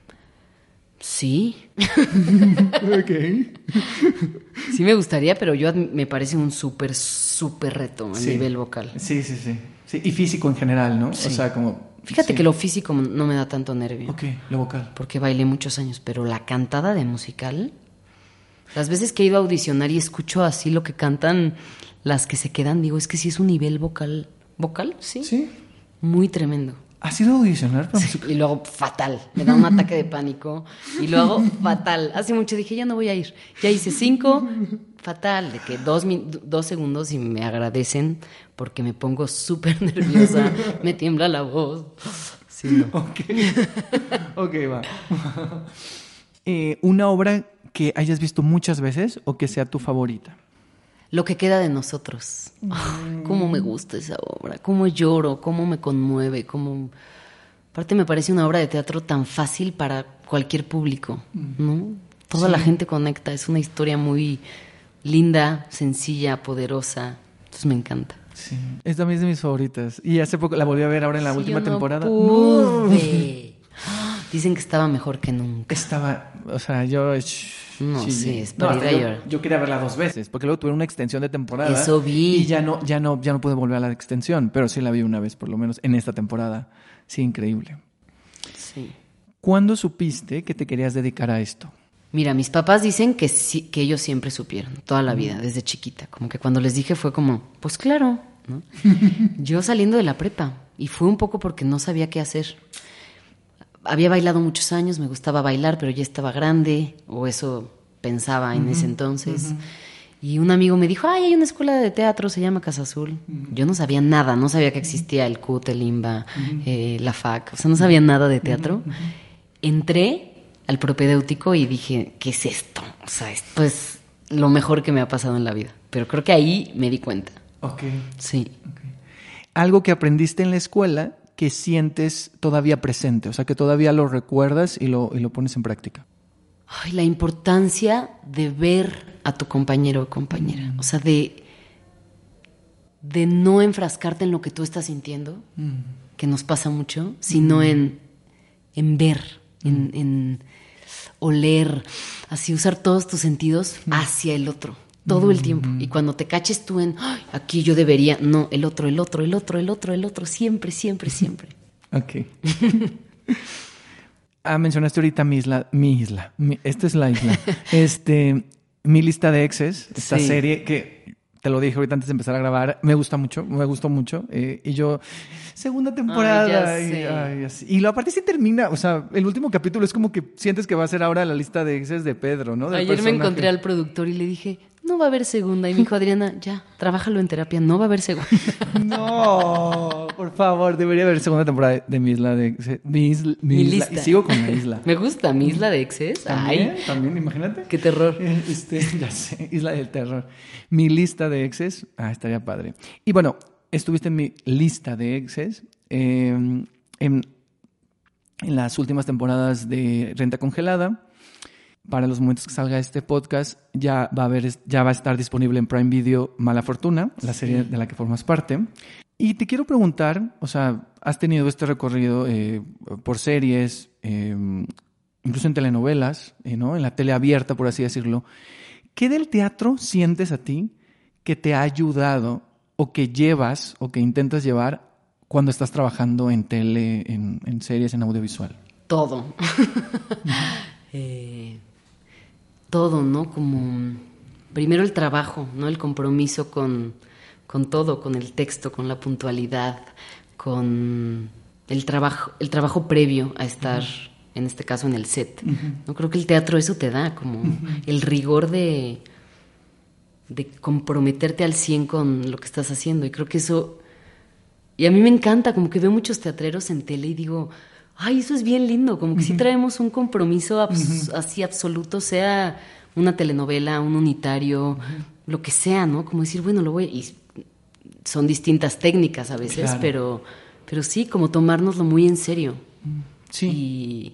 Sí, Ok. sí me gustaría, pero yo admi- me parece un súper, súper reto a Sí. nivel vocal. Sí, sí, sí, sí. Y físico en general, ¿no? Sí. O sea, como... Fíjate sí. que lo físico no me da tanto nervio. Ok, lo vocal. Porque bailé muchos años, pero la cantada de musical, las veces que he ido a audicionar y escucho así lo que cantan las que se quedan, digo, es que sí es un nivel vocal, ¿vocal? Sí. ¿Sí? Muy tremendo. ¿Has ido a audicionar para musical? Y luego fatal, me da un ataque de pánico y luego fatal. Hace mucho dije, ya no voy a ir. Ya hice cinco, fatal, de que dos, min- dos segundos y me agradecen porque me pongo súper nerviosa, me tiembla la voz. Sí, no. Ok. Ok, va. Eh, ¿una obra que hayas visto muchas veces o que sea tu favorita? Lo que queda de nosotros. Ay, cómo me gusta esa obra, cómo lloro, cómo me conmueve, cómo... Aparte me parece una obra de teatro tan fácil para cualquier público, ¿no? Toda Sí. la gente conecta, es una historia muy linda, sencilla, poderosa. Entonces me encanta. Sí. Es también de mis favoritas. Y hace poco la volví a ver ahora en la Sí, última yo no temporada. pude. Dicen que estaba mejor que nunca. Estaba, o sea, yo... No, sí, es para hasta ir a yo, llorar. yo quería verla dos veces, porque luego tuve una extensión de temporada. Eso vi. Y ya no, ya no, ya no pude volver a la extensión, pero sí la vi una vez, por lo menos, en esta temporada. Sí, increíble. Sí. ¿Cuándo supiste que te querías dedicar a esto? Mira, mis papás dicen que sí, que ellos siempre supieron, toda la vida, desde chiquita. Como que cuando les dije fue como, pues claro, ¿no? Yo saliendo de la prepa, y fue un poco porque no sabía qué hacer. Había bailado muchos años, me gustaba bailar, pero ya estaba grande, o eso pensaba en uh-huh, ese entonces. Uh-huh. Y un amigo me dijo, ay, hay una escuela de teatro, se llama Casa Azul. Uh-huh. Yo no sabía nada, no sabía que existía el C U T, el IMBA, uh-huh. eh, la F A C, o sea, no sabía nada de teatro. Uh-huh. Entré al propedéutico y dije, ¿qué es esto? O sea, esto es lo mejor que me ha pasado en la vida. Pero creo que ahí me di cuenta. Ok. Sí. Okay. Algo que aprendiste en la escuela que sientes todavía presente, o sea, que todavía lo recuerdas y lo, y lo pones en práctica. Ay, la importancia de ver a tu compañero o compañera. Mm. O sea, de, de no enfrascarte en lo que tú estás sintiendo, mm. que nos pasa mucho, sino mm. en, en ver, mm. en, en oler, así usar todos tus sentidos mm. hacia el otro, todo mm. el tiempo. Y cuando te caches tú en, ay, aquí yo debería, no, el otro, el otro, el otro, el otro, el otro, siempre, siempre, siempre. Ok. Ah, mencionaste ahorita mi isla, mi isla, mi, esta es la isla, este, mi lista de exes, esta sí. serie que te lo dije ahorita antes de empezar a grabar, me gusta mucho, me gustó mucho, eh, y yo, segunda temporada, ay, ya y, sé. ay, así. Y lo aparte sí termina, o sea, el último capítulo es como que sientes que va a ser ahora la lista de exes de Pedro, ¿no? Del Ayer personaje. Me encontré al productor y le dije, no va a haber segunda. Y me dijo, Adriana, ya, trabájalo en terapia, no va a haber segunda. No, por favor, debería haber segunda temporada de mi isla de exes. Mi, isla, mi, mi isla. lista. Y sigo con la isla. Me gusta, mi isla de exes. También, Ay, también, imagínate. Qué terror. Este, ya sé, isla del terror. Mi lista de exes, ah, estaría padre. Y bueno, estuviste en mi lista de exes eh, en, en las últimas temporadas de Renta Congelada. Para los momentos que salga este podcast, ya va a haber, ya va a estar disponible en Prime Video Mala Fortuna, la sí. serie de la que formas parte. Y te quiero preguntar, o sea, has tenido este recorrido eh, por series, eh, incluso en telenovelas, eh, ¿no? En la tele abierta, por así decirlo. ¿Qué del teatro sientes a ti que te ha ayudado o que llevas o que intentas llevar cuando estás trabajando en tele, en, en series, en audiovisual? Todo. eh... Todo, ¿no? Como primero el trabajo, ¿no? El compromiso con, con todo, con el texto, con la puntualidad, con el trabajo, el trabajo previo a estar, uh-huh. en este caso, en el set. Uh-huh. No creo que el teatro eso te da, como uh-huh. el rigor de, de comprometerte al cien con lo que estás haciendo. Y creo que eso... Y a mí me encanta, como que veo muchos teatreros en tele y digo... Ay, eso es bien lindo, como que uh-huh. sí traemos un compromiso abs- uh-huh. así absoluto, sea una telenovela, un unitario, uh-huh. lo que sea, ¿no? Como decir, bueno, lo voy... Y son distintas técnicas a veces, claro. pero, pero sí, como tomárnoslo muy en serio. Sí. Y,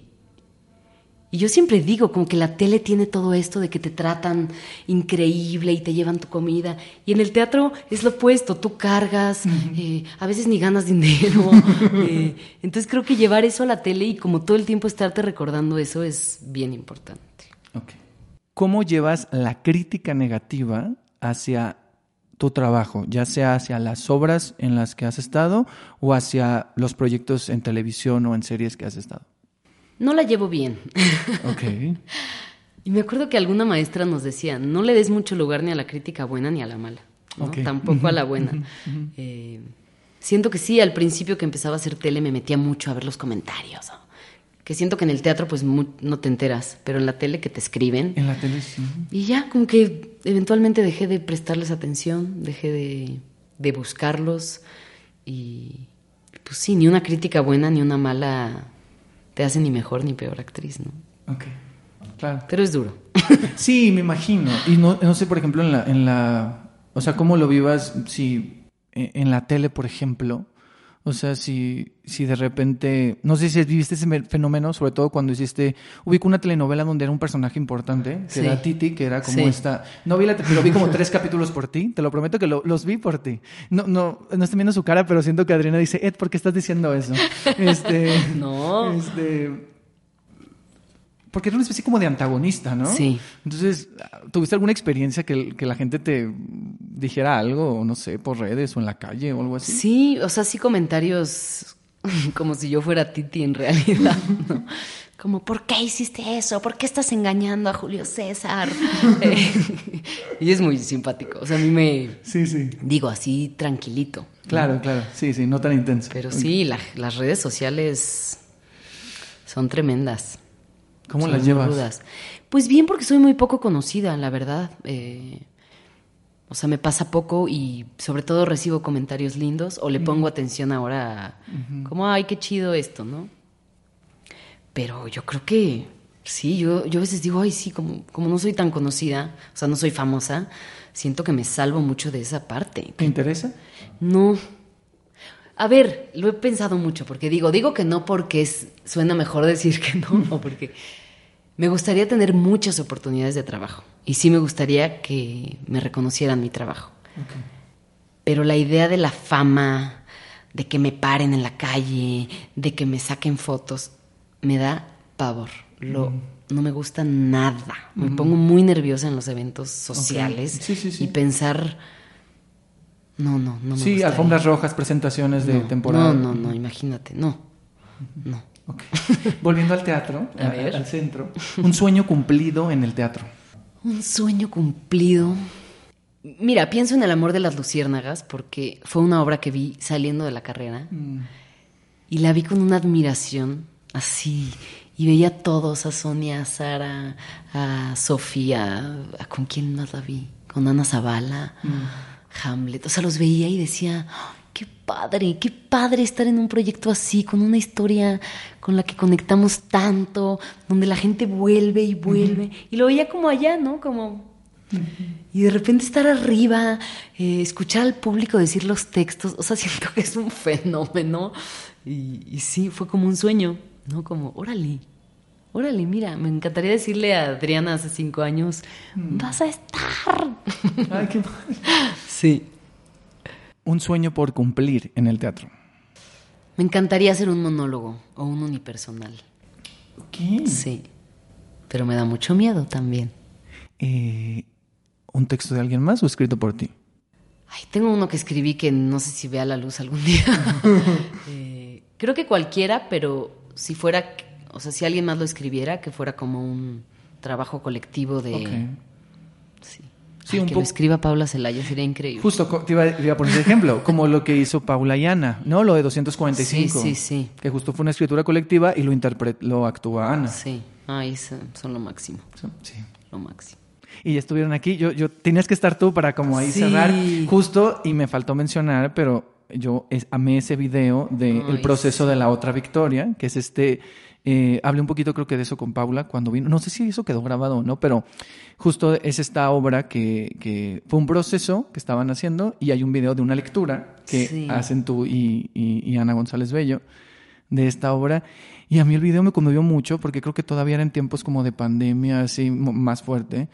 y yo siempre digo, como que la tele tiene todo esto de que te tratan increíble y te llevan tu comida. Y en el teatro es lo opuesto, tú cargas, uh-huh. eh, a veces ni ganas dinero. eh, entonces creo que llevar eso a la tele y como todo el tiempo estarte recordando eso es bien importante. Okay. ¿Cómo llevas la crítica negativa hacia tu trabajo, ya sea hacia las obras en las que has estado o hacia los proyectos en televisión o en series que has estado? No la llevo bien. Ok. Y me acuerdo que alguna maestra nos decía, no le des mucho lugar ni a la crítica buena ni a la mala, ¿no? Okay. Tampoco uh-huh. a la buena. Uh-huh. Eh, siento que sí, al principio que empezaba a hacer tele me metía mucho a ver los comentarios, ¿no? Que siento que en el teatro pues muy, no te enteras, pero en la tele que te escriben. En la tele sí. Y ya, como que eventualmente dejé de prestarles atención, dejé de, de buscarlos y pues sí, ni una crítica buena ni una mala... te hace ni mejor ni peor actriz, ¿no? Ok, claro. Pero es duro. Sí, me imagino. Y no, no sé, por ejemplo, en la, en la... O sea, ¿cómo lo vivas si en la tele, por ejemplo? O sea, si, si de repente... No sé si viviste ese fenómeno, sobre todo cuando hiciste... Ubico una telenovela donde era un personaje importante, que sí. era Titi, que era como sí. esta... No vi la... Pero vi como tres capítulos por ti. Te lo prometo que lo, los vi por ti. No, no, no estoy viendo su cara, pero siento que Adriana dice, Ed, ¿por qué estás diciendo eso? Este... no. Este... Porque era una especie como de antagonista, ¿no? Sí. Entonces, ¿tuviste alguna experiencia que, que la gente te dijera algo, no sé, por redes o en la calle o algo así? Sí, o sea, sí comentarios como si yo fuera Titi en realidad, ¿no? como, ¿por qué hiciste eso? ¿Por qué estás engañando a Julio César? eh, y es muy simpático. O sea, a mí me... Sí, sí. Digo, así tranquilito. Claro, ¿no? Claro. Sí, sí, no tan intenso. Pero sí, la, las redes sociales son tremendas. ¿Cómo son las llevas? Rudas. Pues bien, porque soy muy poco conocida, la verdad. Eh, o sea, me pasa poco y sobre todo recibo comentarios lindos o le pongo uh-huh. atención ahora a, uh-huh. como, ay, qué chido esto, ¿no? Pero yo creo que sí, yo, yo a veces digo, ay, sí, como, como no soy tan conocida, o sea, no soy famosa, siento que me salvo mucho de esa parte. ¿Te interesa? No. A ver, lo he pensado mucho, porque digo, digo que no porque es, suena mejor decir que no, o porque me gustaría tener muchas oportunidades de trabajo. Y sí me gustaría que me reconocieran mi trabajo. Okay. Pero la idea de la fama, de que me paren en la calle, de que me saquen fotos, me da pavor. Lo, mm. No me gusta nada. Me mm. pongo muy nerviosa en los eventos sociales. Okay. Sí, sí, sí. Y pensar... No, no, no me Sí, gustaría. Alfombras rojas, presentaciones de no, temporada. No, no, no, imagínate, no. No. Okay. Volviendo al teatro, a ver. al centro. Un sueño cumplido en el teatro. Un sueño cumplido. Mira, pienso en El amor de las luciérnagas porque fue una obra que vi saliendo de la carrera mm. y la vi con una admiración así. Y veía a todos, a Sonia, a Sara, a Sofía, a, ¿con quién más la vi? Con Ana Zavala, mm. Hamlet. O sea, los veía y decía, oh, qué padre, qué padre estar en un proyecto así, con una historia con la que conectamos tanto, donde la gente vuelve y vuelve. Uh-huh. Y lo veía como allá, ¿no? Como... Uh-huh. Y de repente estar arriba, eh, escuchar al público decir los textos, o sea, siento que es un fenómeno. Y, y sí, fue como un sueño, ¿no? Como, órale, órale, mira, me encantaría decirle a Adriana hace cinco años, mm. vas a estar. Ay, qué padre. Sí. Un sueño por cumplir en el teatro. Me encantaría hacer un monólogo o un unipersonal. ¿Qué? Sí, pero me da mucho miedo también. Eh, ¿Un texto de alguien más o escrito por ti? Ay, tengo uno que escribí que no sé si vea la luz algún día. eh, creo que cualquiera, pero si fuera, o sea, si alguien más lo escribiera, que fuera como un trabajo colectivo de... Okay. Sí. Sí, Ay, un que po- lo escriba Paula Celaya, sería increíble. Justo te iba, te iba a poner ese ejemplo, como lo que hizo Paula y Ana, ¿no? Lo de doscientos cuarenta y cinco. Sí, sí, sí. Que justo fue una escritura colectiva y lo interpret, lo actúa Ana. Sí, ay, son lo máximo. Sí. Lo máximo. Y ya estuvieron aquí, yo, yo tenías que estar tú para como ahí sí. cerrar, justo, y me faltó mencionar, pero yo es, amé ese video del de proceso sí. de la otra Victoria, que es este... Eh, hablé un poquito creo que de eso con Paula cuando vino, no sé si eso quedó grabado o no, pero justo es esta obra que, que fue un proceso que estaban haciendo y hay un video de una lectura que sí. hacen tú y, y, y Ana González Bello de esta obra y a mí el video me conmovió mucho porque creo que todavía eran tiempos como de pandemia así más fuerte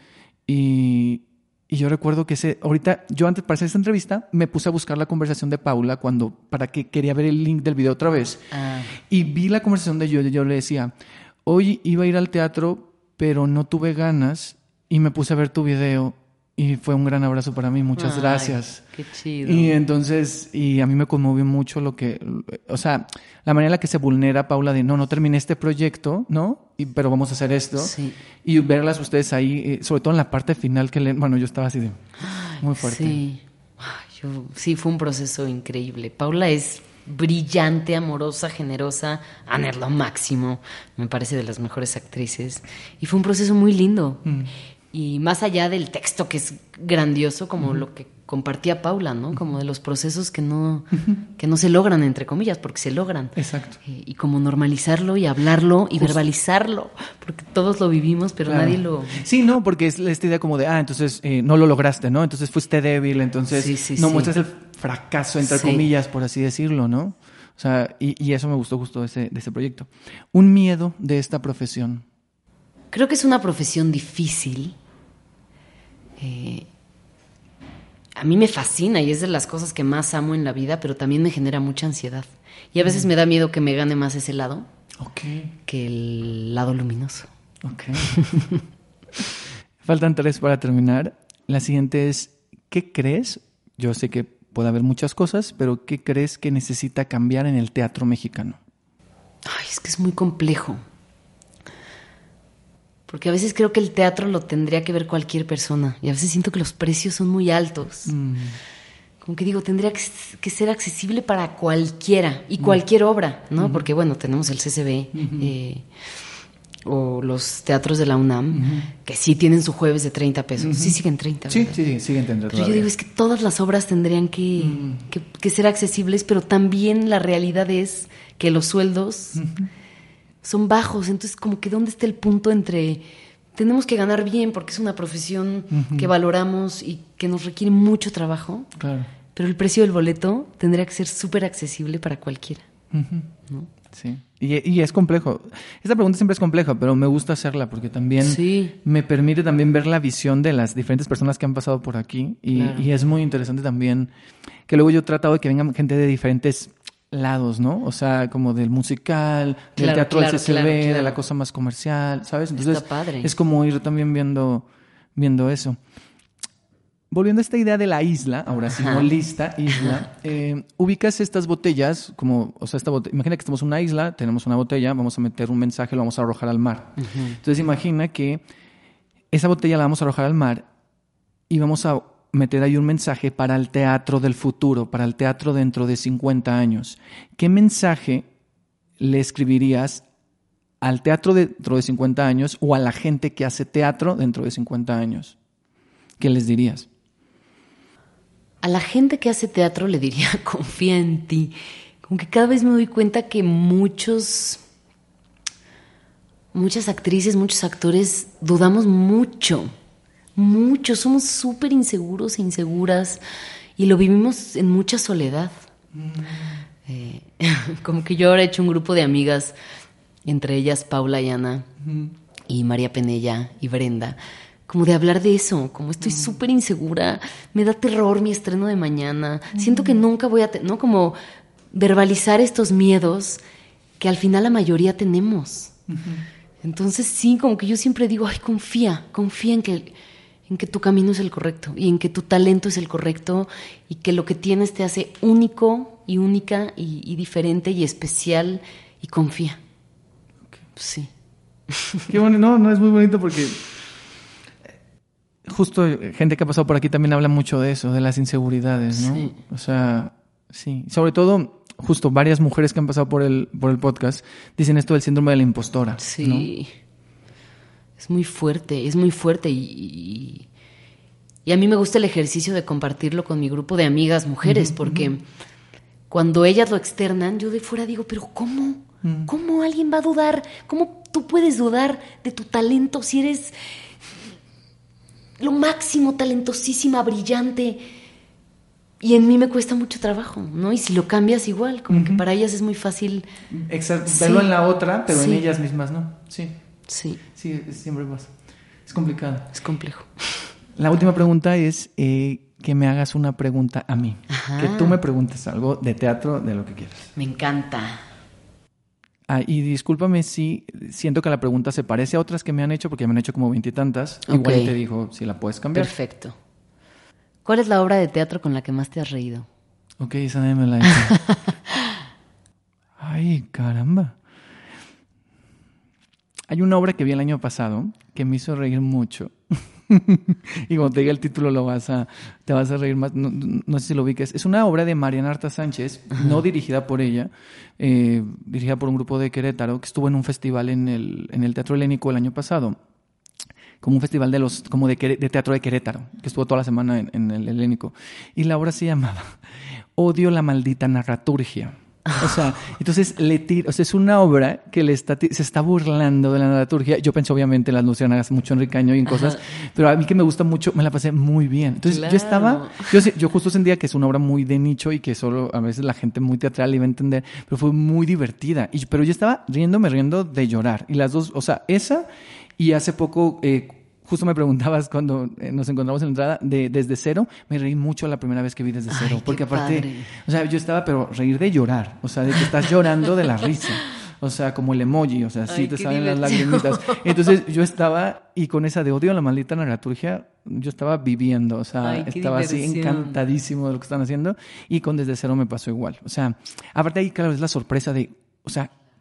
y... Y yo recuerdo que ese, ahorita, yo antes para hacer esta entrevista, me puse a buscar la conversación de Paula cuando, para que quería ver el link del video otra vez. Ah. Y vi la conversación de yo, yo le decía, hoy iba a ir al teatro, pero no tuve ganas y me puse a ver tu video y fue un gran abrazo para mí, muchas Ay, gracias. Qué chido. Y entonces, y a mí me conmovió mucho lo que, o sea, la manera en la que se vulnera Paula de, no, no terminé este proyecto, ¿no? Y, pero vamos a hacer esto. Sí. Y verlas ustedes ahí, eh, sobre todo en la parte final que leen, bueno, yo estaba así de, muy fuerte. Sí, Ay, yo, sí, fue un proceso increíble. Paula es brillante, amorosa, generosa, Ana es lo máximo, me parece de las mejores actrices. Y fue un proceso muy lindo. Mm. Y más allá del texto que es grandioso, como uh-huh. lo que compartía Paula, ¿no? Como de los procesos que no, uh-huh. que no se logran, entre comillas, porque se logran. Exacto. Eh, y como normalizarlo y hablarlo y Justo. verbalizarlo, porque todos lo vivimos, pero claro. nadie lo... Sí, no, porque es esta idea como de, ah, entonces eh, no lo lograste, ¿no? Entonces fuiste débil, entonces sí, sí, no sí. muestras el fracaso, entre sí. comillas, por así decirlo, ¿no? O sea, y, y eso me gustó justo de ese, de ese proyecto. Un miedo de esta profesión. Creo que es una profesión difícil. Eh, a mí me fascina y es de las cosas que más amo en la vida, pero también me genera mucha ansiedad. Y a veces mm. me da miedo que me gane más ese lado okay. que el lado luminoso. Okay. Faltan tres para terminar. La siguiente es, ¿qué crees? Yo sé que puede haber muchas cosas, pero ¿qué crees que necesita cambiar en el teatro mexicano? Ay, es que es muy complejo. Porque a veces creo que el teatro lo tendría que ver cualquier persona. Y a veces siento que los precios son muy altos. Mm. Como que digo, tendría que, que ser accesible para cualquiera. Y cualquier mm. obra, ¿no? Mm. Porque, bueno, tenemos el C C B mm-hmm. eh, o los teatros de la UNAM, mm-hmm. que sí tienen su jueves de treinta pesos. Mm-hmm. Sí siguen treinta, Sí, ¿verdad? sí, sí, siguen treinta. Pero yo digo, es que todas las obras tendrían que, mm. que, que ser accesibles, pero también la realidad es que los sueldos... Mm-hmm. son bajos, entonces como que ¿dónde está el punto entre tenemos que ganar bien porque es una profesión uh-huh. que valoramos y que nos requiere mucho trabajo, claro. pero el precio del boleto tendría que ser súper accesible para cualquiera, uh-huh. ¿no? Sí, y, y es complejo. Esta pregunta siempre es compleja, pero me gusta hacerla porque también sí. me permite también ver la visión de las diferentes personas que han pasado por aquí y, claro. y es muy interesante también que luego yo he tratado de que vengan gente de diferentes lados, ¿no? O sea, como del musical, del claro, teatro claro, del C C B, claro, claro. de la cosa más comercial, ¿sabes? Entonces, está padre. Es como ir también viendo, viendo eso. Volviendo a esta idea de la isla, ahora sí, no lista, isla, eh, ubicas estas botellas, como, o sea, esta botella, imagina que estamos en una isla, tenemos una botella, vamos a meter un mensaje, lo vamos a arrojar al mar. Uh-huh. Entonces, imagina que esa botella la vamos a arrojar al mar y vamos a meter ahí un mensaje para el teatro del futuro, para el teatro dentro de cincuenta años. ¿Qué mensaje le escribirías al teatro dentro de cincuenta años o a la gente que hace teatro dentro de cincuenta años? ¿Qué les dirías? A la gente que hace teatro le diría, confía en ti. Como que cada vez me doy cuenta que muchos, muchas actrices, muchos actores dudamos mucho. Mucho, somos súper inseguros e inseguras y lo vivimos en mucha soledad. Mm. Eh, como que yo ahora he hecho un grupo de amigas, entre ellas Paula y Ana, mm. y María Penella y Brenda, como de hablar de eso, como estoy súper mm. insegura, me da terror mi estreno de mañana, mm. siento que nunca voy a, te- ¿no? Como verbalizar estos miedos que al final la mayoría tenemos. Mm-hmm. Entonces sí, como que yo siempre digo, ay, confía, confía en que... en que tu camino es el correcto y en que tu talento es el correcto y que lo que tienes te hace único y única y, y diferente y especial y confía. Okay. Sí. Qué bonito. No, no, es muy bonito porque justo gente que ha pasado por aquí también habla mucho de eso, de las inseguridades, ¿no? Sí. O sea, sí. Sobre todo, justo varias mujeres que han pasado por el, por el podcast dicen esto del síndrome de la impostora. Sí. ¿no? Es muy fuerte, es muy fuerte y, y, y a mí me gusta el ejercicio de compartirlo con mi grupo de amigas mujeres, uh-huh, porque uh-huh. cuando ellas lo externan, yo de fuera digo, pero ¿cómo? Uh-huh. ¿Cómo alguien va a dudar? ¿Cómo tú puedes dudar de tu talento si eres lo máximo, talentosísima, brillante? Y en mí me cuesta mucho trabajo, ¿no? Y si lo cambias igual, como uh-huh. que para ellas es muy fácil. Exacto, verlo sí. en la otra, pero sí. en ellas mismas no. Sí. Sí. Sí, siempre pasa. Es complicado. Es complejo. La última pregunta es eh, que me hagas una pregunta a mí. Ajá. Que tú me preguntes algo de teatro, de lo que quieras. Me encanta. Ah, y discúlpame si siento que la pregunta se parece a otras que me han hecho, porque me han hecho como veintitantas. Okay. Igual te digo si la puedes cambiar. Perfecto. ¿Cuál es la obra de teatro con la que más te has reído? Ok, esa nadie me la ha hecho. Ay, caramba. Hay una obra que vi el año pasado que me hizo reír mucho. Y cuando te diga el título lo vas a, te vas a reír más. No, no sé si lo ubiques. Es una obra de Mariana Arta Sánchez, uh-huh. no dirigida por ella, eh, dirigida por un grupo de Querétaro que estuvo en un festival en el, en el Teatro Helénico el año pasado. Como un festival de los como de, de teatro de Querétaro, que estuvo toda la semana en, en el Helénico. Y la obra se llamaba Odio la maldita narraturgia. O sea, entonces le tira, o sea, es una obra que le está, se está burlando de la dramaturgia. Yo pensé obviamente en las luciérnagas, mucho en Ricaño y en cosas, ajá. pero a mí que me gusta mucho, me la pasé muy bien. Entonces claro. yo estaba, yo, yo justo sentía que es una obra muy de nicho y que solo a veces la gente muy teatral iba a entender, pero fue muy divertida. Y, pero yo estaba riéndome, riendo de llorar. Y las dos, o sea, esa y hace poco... Eh, Justo me preguntabas cuando nos encontramos en la entrada de Desde Cero. Me reí mucho la primera vez que vi Desde Cero. Ay, porque aparte, padre. O sea, yo estaba, pero reír de llorar. O sea, de que estás llorando de la risa. O sea, como el emoji. O sea, sí te salen las lagrimitas. Entonces yo estaba, y con esa de odio a la maldita narraturgia, yo estaba viviendo. O sea, Ay, estaba así encantadísimo de lo que están haciendo. Y con Desde Cero me pasó igual. O sea, aparte ahí, claro, es la sorpresa de, o sea,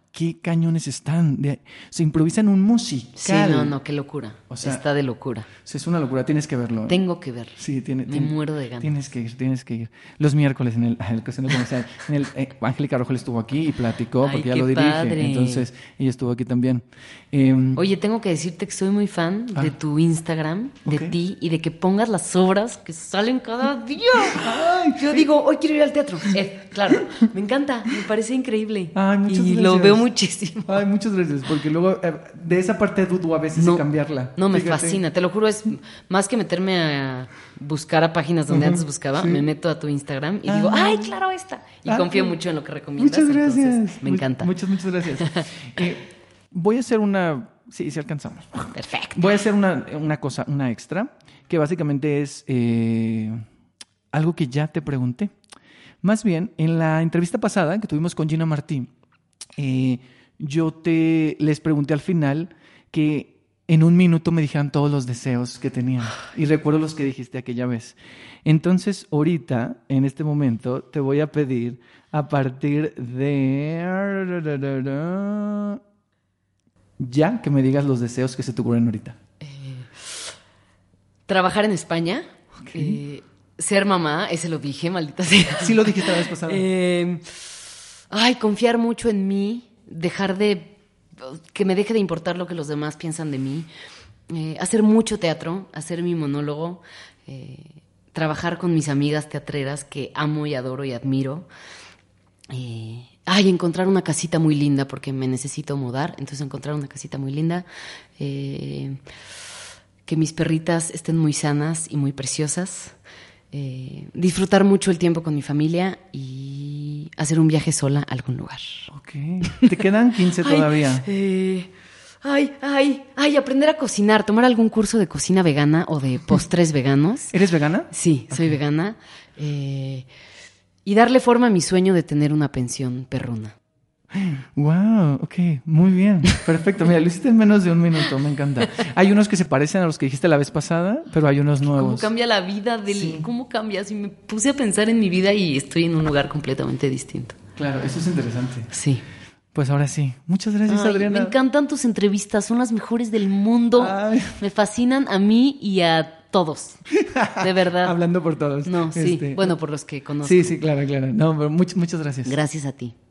qué cañones están. De, se improvisan un musical. Sí, no, no, qué locura. O sea, está de locura. O sea, es una locura, tienes que verlo. ¿eh? Tengo que verlo. Sí, tiene, Me tiene, muero de ganas. Tienes que ir, tienes que ir. Los miércoles en el, el cuestión de comercial, en el eh, Angélica Rogel estuvo aquí y platicó Ay, porque ya qué lo dirige. padre. Entonces, ella estuvo aquí también. Eh, Oye, tengo que decirte que soy muy fan ah, de tu Instagram, de okay. ti y de que pongas las obras que salen cada día. Ay, yo digo, hoy quiero ir al teatro. Eh, claro, me encanta, me parece increíble. Ay, muchas y gracias. lo veo muchísimo. Ay, muchas gracias, porque luego eh, de esa parte dudo a veces no, de cambiarla. No, me Fíjate. fascina, te lo juro, es más que meterme a buscar a páginas donde uh-huh, antes buscaba, sí. me meto a tu Instagram y ah, digo, ay, claro, esta. Y ah, confío mucho en lo que recomiendas. Muchas gracias. Me encanta. Muchas, muchas gracias. eh, voy a hacer una... Sí, sí alcanzamos. Perfecto. Voy a hacer una, una cosa, una extra, que básicamente es eh, algo que ya te pregunté. Más bien, en la entrevista pasada que tuvimos con Gina Martí, eh, yo te les pregunté al final que en un minuto me dijeran todos los deseos que tenían. Y recuerdo los que dijiste aquella vez. Entonces, ahorita, en este momento, te voy a pedir a partir de... ya que me digas los deseos que se te ocurren ahorita. Eh, trabajar en España. Okay. Eh, ser mamá, ese lo dije, maldita sea. Sí lo dijiste la vez pasada. Eh, ay, confiar mucho en mí, dejar de... que me deje de importar lo que los demás piensan de mí, eh, hacer mucho teatro, hacer mi monólogo, eh, trabajar con mis amigas teatreras que amo y adoro y admiro. Eh, ay, encontrar una casita muy linda porque me necesito mudar, entonces encontrar una casita muy linda, eh, que mis perritas estén muy sanas y muy preciosas, eh, disfrutar mucho el tiempo con mi familia y hacer un viaje sola a algún lugar. Ok, te quedan quince todavía. Ay, eh, ay, ay, ay, aprender a cocinar, tomar algún curso de cocina vegana o de postres veganos. ¿Eres vegana? Sí, soy okay. vegana. Eh, y darle forma a mi sueño de tener una pensión perruna. Wow, ok, muy bien, perfecto. Mira, lo hiciste en menos de un minuto, me encanta. Hay unos que se parecen a los que dijiste la vez pasada, pero hay unos nuevos. ¿Cómo cambia la vida? Del, sí. ¿Cómo cambia? Si me puse a pensar en mi vida y estoy en un lugar completamente distinto. Claro, eso es interesante. Sí. Pues ahora sí. Muchas gracias, Ay, Adriana. Me encantan tus entrevistas, son las mejores del mundo. Ay. Me fascinan a mí y a todos, de verdad. Hablando por todos. No, sí, este... bueno, por los que conozco. Sí, sí, claro, claro. No, pero much, muchas gracias. Gracias a ti.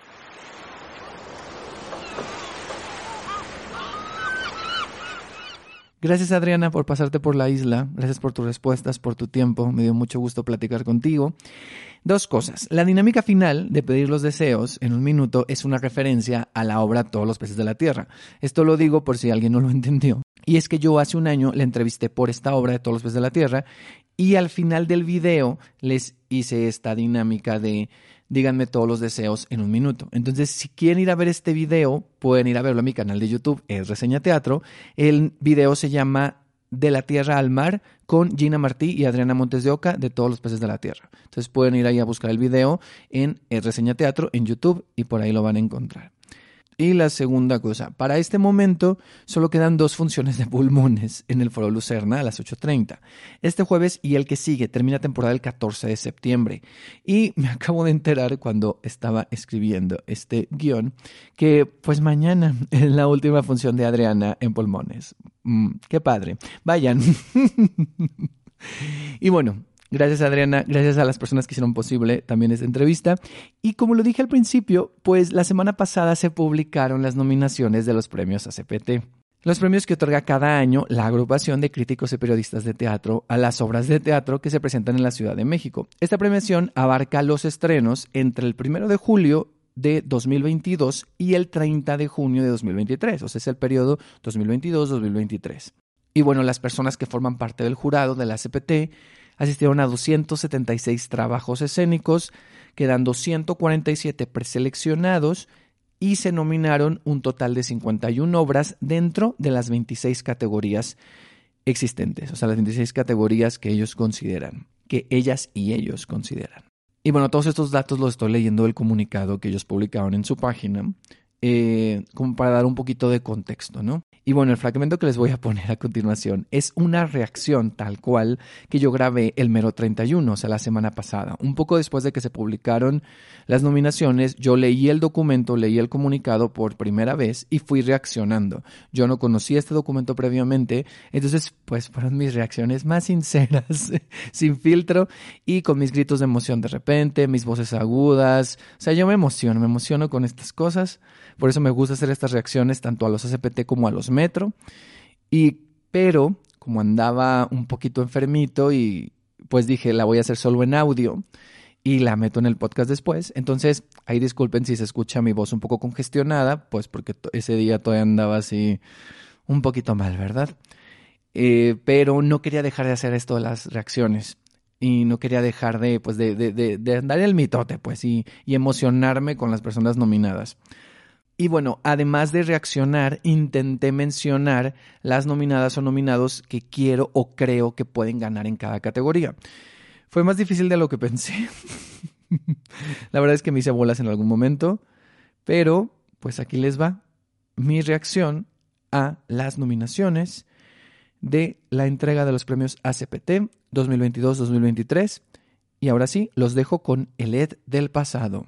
Gracias, Adriana, por pasarte por la isla. Gracias por tus respuestas, por tu tiempo. Me dio mucho gusto platicar contigo. Dos cosas. La dinámica final de pedir los deseos en un minuto es una referencia a la obra Todos los peces de la tierra. Esto lo digo por si alguien no lo entendió. Y es que yo hace un año le entrevisté por esta obra de Todos los peces de la tierra y al final del video les hice esta dinámica de díganme todos los deseos en un minuto. Entonces, si quieren ir a ver este video, pueden ir a verlo a mi canal de YouTube, es Reseña Teatro. El video se llama De la Tierra al Mar con Gina Martí y Adriana Montes de Oca de Todos los peces de la tierra. Entonces pueden ir ahí a buscar el video en es Reseña Teatro en YouTube y por ahí lo van a encontrar. Y la segunda cosa, para este momento solo quedan dos funciones de pulmones en el Foro Lucerna a las ocho treinta. Este jueves y el que sigue termina temporada el catorce de septiembre. Y me acabo de enterar cuando estaba escribiendo este guión que pues mañana es la última función de Adriana en pulmones. Mm, ¡Qué padre! Vayan. Y bueno, gracias, Adriana, gracias a las personas que hicieron posible también esta entrevista. Y como lo dije al principio, pues la semana pasada se publicaron las nominaciones de los premios A C P T. Los premios que otorga cada año la agrupación de críticos y periodistas de teatro a las obras de teatro que se presentan en la Ciudad de México. Esta premiación abarca los estrenos entre el primero de julio de dos mil veintidós y el treinta de junio de dos mil veintitrés. O sea, es el periodo dos mil veintidós dos mil veintitrés. Y bueno, las personas que forman parte del jurado de la A C P T asistieron a doscientos setenta y seis trabajos escénicos, quedando ciento cuarenta y siete preseleccionados y se nominaron un total de cincuenta y una obras dentro de las veintiséis categorías existentes, o sea, las veintiséis categorías que ellos consideran, que ellas y ellos consideran. Y bueno, todos estos datos los estoy leyendo del comunicado que ellos publicaron en su página eh, como para dar un poquito de contexto, ¿no? Y bueno, el fragmento que les voy a poner a continuación es una reacción tal cual que yo grabé el mero treinta y uno, o sea, la semana pasada. Un poco después de que se publicaron las nominaciones, yo leí el documento, leí el comunicado por primera vez y fui reaccionando. Yo no conocía este documento previamente, entonces pues fueron mis reacciones más sinceras, sin filtro y con mis gritos de emoción de repente, mis voces agudas. O sea, yo me emociono, me emociono con estas cosas. Por eso me gusta hacer estas reacciones tanto a los A C P T como a los Metro. Y, pero, como andaba un poquito enfermito y pues dije, la voy a hacer solo en audio y la meto en el podcast después. Entonces, ahí disculpen si se escucha mi voz un poco congestionada, pues porque to- ese día todavía andaba así un poquito mal, ¿verdad? Eh, pero no quería dejar de hacer esto de las reacciones. Y no quería dejar de, pues, de, de, de, de andar el mitote, pues, y, y emocionarme con las personas nominadas. Y bueno, además de reaccionar, intenté mencionar las nominadas o nominados que quiero o creo que pueden ganar en cada categoría. Fue más difícil de lo que pensé. La verdad es que me hice bolas en algún momento, pero pues aquí les va mi reacción a las nominaciones de la entrega de los premios A C P T dos mil veintidós dos mil veintitrés. Y ahora sí, los dejo con el Ed del pasado.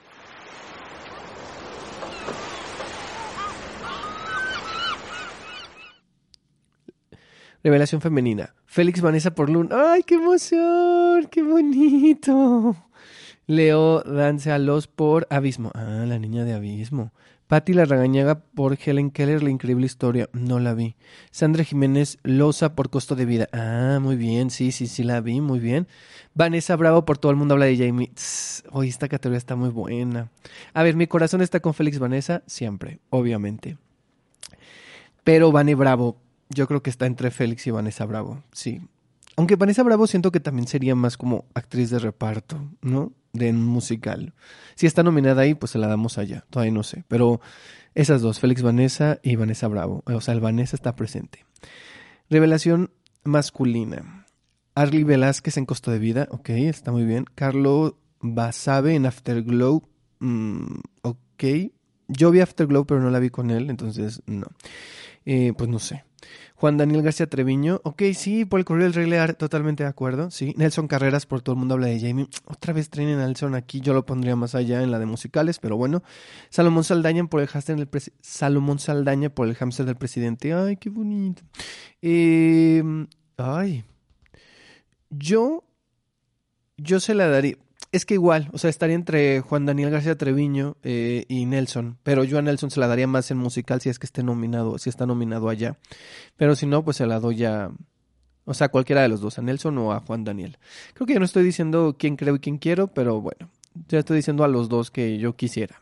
Revelación femenina. Félix Vanessa Porlún. ¡Ay, qué emoción! ¡Qué bonito! Leo Danzalos por Abismo. Ah, la niña de Abismo. Patti Larrañaga por Helen Keller, La increíble historia. No la vi. Sandra Jiménez Loza por Costo de vida. Ah, muy bien. Sí, sí, sí la vi. Muy bien. Vanessa Bravo por Todo el mundo habla de Jamie. Hoy esta categoría está muy buena. A ver, mi corazón está con Félix Vanessa. Siempre, obviamente. Pero Vane Bravo, yo creo que está entre Félix y Vanessa Bravo, sí. Aunque Vanessa Bravo siento que también sería más como actriz de reparto, ¿no? De un musical. Si está nominada ahí, pues se la damos allá, todavía no sé. Pero esas dos, Félix Vanessa y Vanessa Bravo. O sea, el Vanessa está presente. Revelación masculina. Arly Velázquez en Costo de Vida, ok, está muy bien. Carlo Basabe en Afterglow, mm, ok. Yo vi Afterglow, pero no la vi con él, entonces no. Eh, pues no sé. Juan Daniel García Treviño, ok, sí, por el Correo del Rey Lear, totalmente de acuerdo, sí. Nelson Carreras, por Todo el mundo habla de Jamie. Otra vez traen a Nelson aquí, yo lo pondría más allá en la de musicales, pero bueno. Salomón Saldaña por el hámster del presidente. Salomón Saldaña por el hámster del presidente. Ay, qué bonito. Eh, ay. Yo, yo se la daría. Es que igual, o sea, estaría entre Juan Daniel García Treviño eh, y Nelson, pero yo a Nelson se la daría más en musical si es que esté nominado, si está nominado allá. Pero si no, pues se la doy a, o sea, cualquiera de los dos, a Nelson o a Juan Daniel. Creo que yo no estoy diciendo quién creo y quién quiero, pero bueno, ya estoy diciendo a los dos que yo quisiera.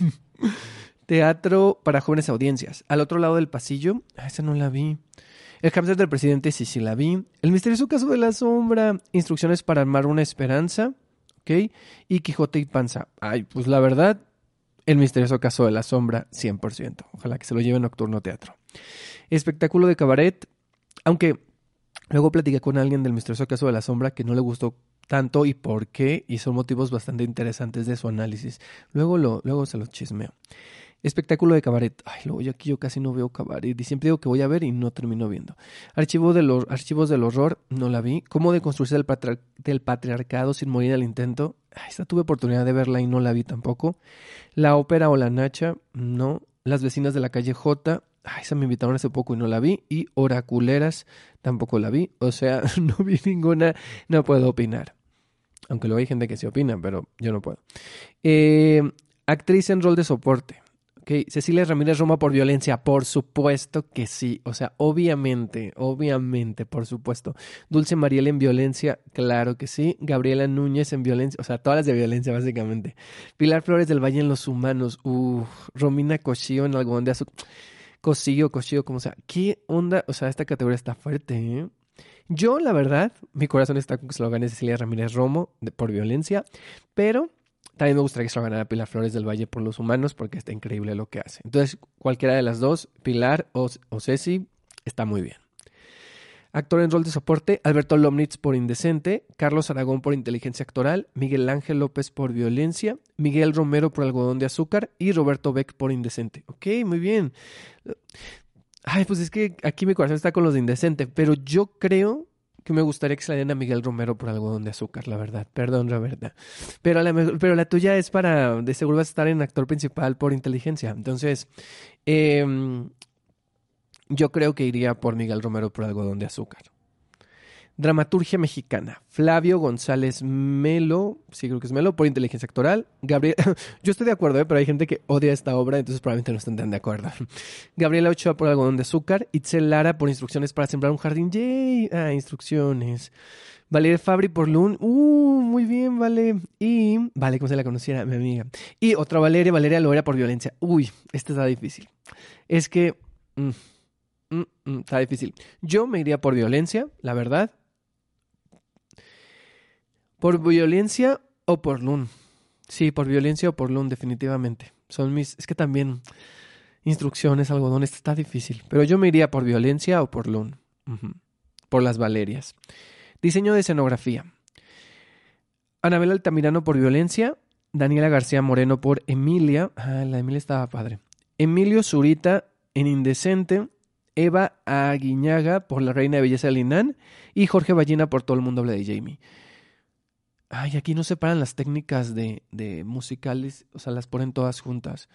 Teatro para jóvenes audiencias. Al otro lado del pasillo, ah, esa no la vi. El hámster del presidente, sí, sí la vi. El misterioso caso de la sombra. Instrucciones para armar una esperanza. ¿Ok? Y Quijote y Panza. Ay, pues la verdad, el misterioso caso de la sombra, cien por ciento. Ojalá que se lo lleve Nocturno Teatro. Espectáculo de cabaret. Aunque luego platiqué con alguien del misterioso caso de la sombra que no le gustó tanto y por qué. Y son motivos bastante interesantes de su análisis. Luego, lo, luego se los chismeo. Espectáculo de cabaret. Ay, luego yo aquí yo casi no veo cabaret. Y siempre digo que voy a ver y no termino viendo. Archivo de los, Archivos del horror, no la vi. Cómo deconstruirse del, patriar, del patriarcado sin morir al intento. Ay, esta tuve oportunidad de verla y no la vi tampoco. La ópera o la Nacha, no. Las vecinas de la calle J. Ay, esa me invitaron hace poco y no la vi. Y Oraculeras, tampoco la vi. O sea, no vi ninguna, no puedo opinar. Aunque luego hay gente que sí opina, pero yo no puedo. Eh, actriz en rol de soporte. Okay. Cecilia Ramírez Roma por violencia, por supuesto que sí, o sea, obviamente, obviamente, por supuesto. Dulce Mariel en violencia, claro que sí. Gabriela Núñez en violencia, o sea, todas las de violencia básicamente. Pilar Flores del Valle en Los Humanos, uff, Romina Cochillo en Algodón de Azúcar, Cosillo, Cochillo, como sea, ¿qué onda? O sea, esta categoría está fuerte, ¿eh? Yo, la verdad, mi corazón está con que se lo gane Cecilia Ramírez Romo de, por violencia, pero también me gustaría que se lo ganara Pilar Flores del Valle por Los Humanos porque está increíble lo que hace. Entonces, cualquiera de las dos, Pilar o, o Ceci, está muy bien. Actor en rol de soporte, Alberto Lomnitz por Indecente, Carlos Aragón por Inteligencia Actoral, Miguel Ángel López por Violencia, Miguel Romero por Algodón de Azúcar y Roberto Beck por Indecente. Ok, muy bien. Ay, pues es que aquí mi corazón está con los de Indecente, pero yo creo que me gustaría que se la den a Miguel Romero por Algodón de Azúcar, la verdad. Perdón, Roberta. Pero la, pero la tuya es para, de seguro vas a estar en actor principal por Inteligencia. Entonces, eh, yo creo que iría por Miguel Romero por Algodón de Azúcar. Dramaturgia mexicana. Flavio González Melo, sí creo que es Melo, por Inteligencia Actoral. Gabriel, yo estoy de acuerdo, ¿eh? Pero hay gente que odia esta obra, entonces probablemente no estén tan de acuerdo. Gabriela Ochoa por Algodón de Azúcar. Itzel Lara por Instrucciones para Sembrar un Jardín. ¡Yay! Ah, instrucciones. Valeria Fabri por Loon. ¡Uh! Muy bien, Vale. Y, vale, como se la conociera, mi amiga. Y otra Valeria, Valeria Loera por Violencia. Uy, esta está difícil. Es que... Mm, mm, mm, está difícil. Yo me iría por Violencia, la verdad. ¿Por Violencia o por Loon? Sí, por Violencia o por Loon, definitivamente. Son mis... Es que también... Instrucciones, Algodón, esto está difícil. Pero yo me iría por Violencia o por Loon. Uh-huh. Por las Valerias. Diseño de escenografía. Anabel Altamirano por Violencia. Daniela García Moreno por Emilia. Ah, la Emilia estaba padre. Emilio Zurita en Indecente. Eva Aguiñaga por La Reina de Belleza del INAN. Y Jorge Ballina por Todo el mundo habla de Jamie. Ay, aquí no separan las técnicas de, de musicales, o sea, las ponen todas juntas.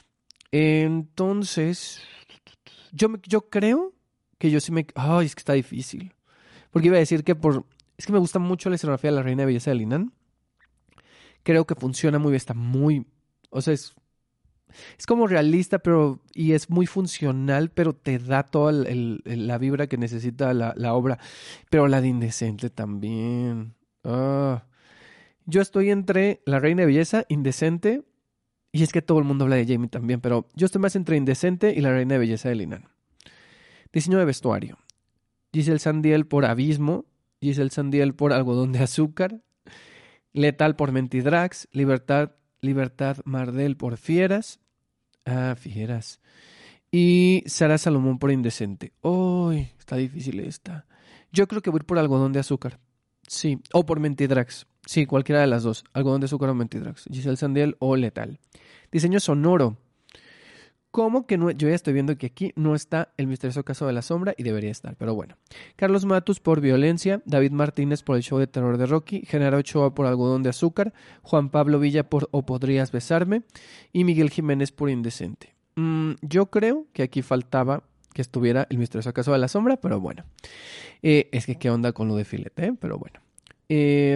Entonces, yo, me, yo creo que yo sí me... Ay, es que está difícil. Porque iba a decir que por... Es que me gusta mucho la escenografía de La Reina de Belleza del INAN. Creo que funciona muy bien, está muy... O sea, es... Es como realista, pero... Y es muy funcional, pero te da toda el, el, el, la vibra que necesita la, la obra. Pero la de Indecente también. Ah... Yo estoy entre La Reina de Belleza, Indecente, y es que todo el mundo habla de Jamie también, pero yo estoy más entre Indecente y La Reina de Belleza del INAN. Diseño de vestuario. Giselle Sandiel por Abismo, Giselle Sandiel por Algodón de Azúcar, Letal por Mentidrax, Libertad, Libertad Mardel por Fieras, ah, Fieras, y Sara Salomón por Indecente. Uy, está difícil esta. Yo creo que voy a ir por Algodón de Azúcar, sí, o por Mentidrax. Sí, cualquiera de las dos. Algodón de Azúcar o Mentidrax. Giselle Sandiel o Letal. Diseño sonoro. ¿Cómo que no? Yo ya estoy viendo que aquí no está El misterioso caso de la sombra y debería estar, pero bueno. Carlos Matus por Violencia. David Martínez por El show de terror de Rocky. Genaro Ochoa por Algodón de Azúcar. Juan Pablo Villa por O podrías besarme. Y Miguel Jiménez por Indecente. Mm, yo creo que aquí faltaba que estuviera El misterioso caso de la sombra, pero bueno. Eh, es que qué onda con lo de Filete, ¿eh? Pero bueno. Eh,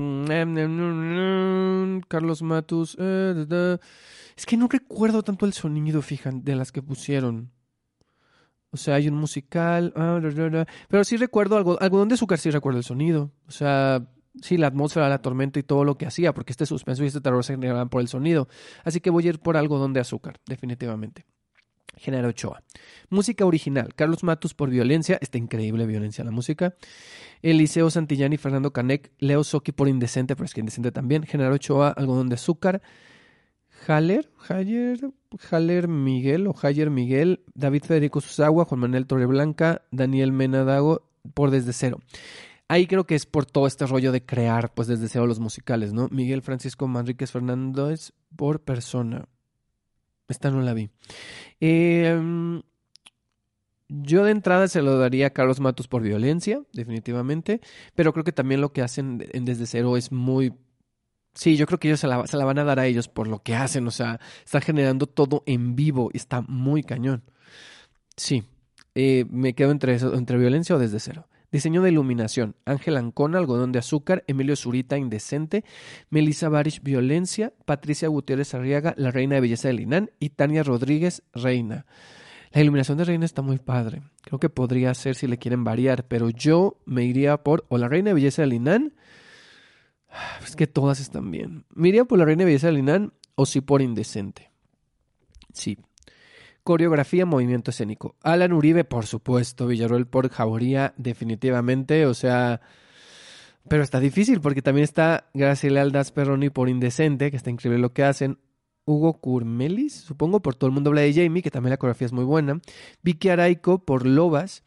Carlos Matus. Eh, da, da. Es que no recuerdo tanto el sonido, fijan, de las que pusieron. O sea, hay un musical. Ah, da, da, da. Pero sí recuerdo algo. Algodón de Azúcar sí recuerdo el sonido. O sea, sí, la atmósfera, la tormenta y todo lo que hacía. Porque este suspenso y este terror se generaban por el sonido. Así que voy a ir por Algodón de Azúcar, definitivamente. Genaro Ochoa. Música original. Carlos Matus por Violencia. Está increíble Violencia la música. Eliseo Santillán y Fernando Canek. Leo Soki por Indecente, pero es que Indecente también. Genaro Ochoa, Algodón de Azúcar. Haller, Haller, Haller Miguel o Haller Miguel. David Federico Susagua, Juan Manuel Torreblanca, Daniel Menadago por Desde Cero. Ahí creo que es por todo este rollo de crear, pues desde cero los musicales, ¿no? Miguel Francisco Manríquez Fernández por Persona. Esta no la vi. Eh, yo de entrada se lo daría a Carlos Matus por Violencia, definitivamente. Pero creo que también lo que hacen en Desde Cero es muy... Sí, yo creo que ellos se la, se la van a dar a ellos por lo que hacen. O sea, están generando todo en vivo. Está muy cañón. Sí, eh, me quedo entre eso, entre Violencia o Desde Cero. Diseño de iluminación. Ángel Ancona, Algodón de Azúcar. Emilio Zurita, Indecente. Melissa Barish, Violencia. Patricia Gutiérrez Arriaga, La Reina de Belleza del INAN. Y Tania Rodríguez, Reina. La iluminación de Reina está muy padre. Creo que podría ser si le quieren variar. Pero yo me iría por o La Reina de Belleza del INAN. Es que todas están bien. Me iría por La Reina de Belleza del INAN o sí por Indecente. Sí. Coreografía, movimiento escénico. Alan Uribe, por supuesto. Villarroel por Jauría, definitivamente. O sea, pero está difícil porque también está Graciela Aldaz Perroni por Indecente, que está increíble lo que hacen. Hugo Curmelis, supongo, por Todo el mundo habla de Jamie, que también la coreografía es muy buena. Vicky Araico por Lobas.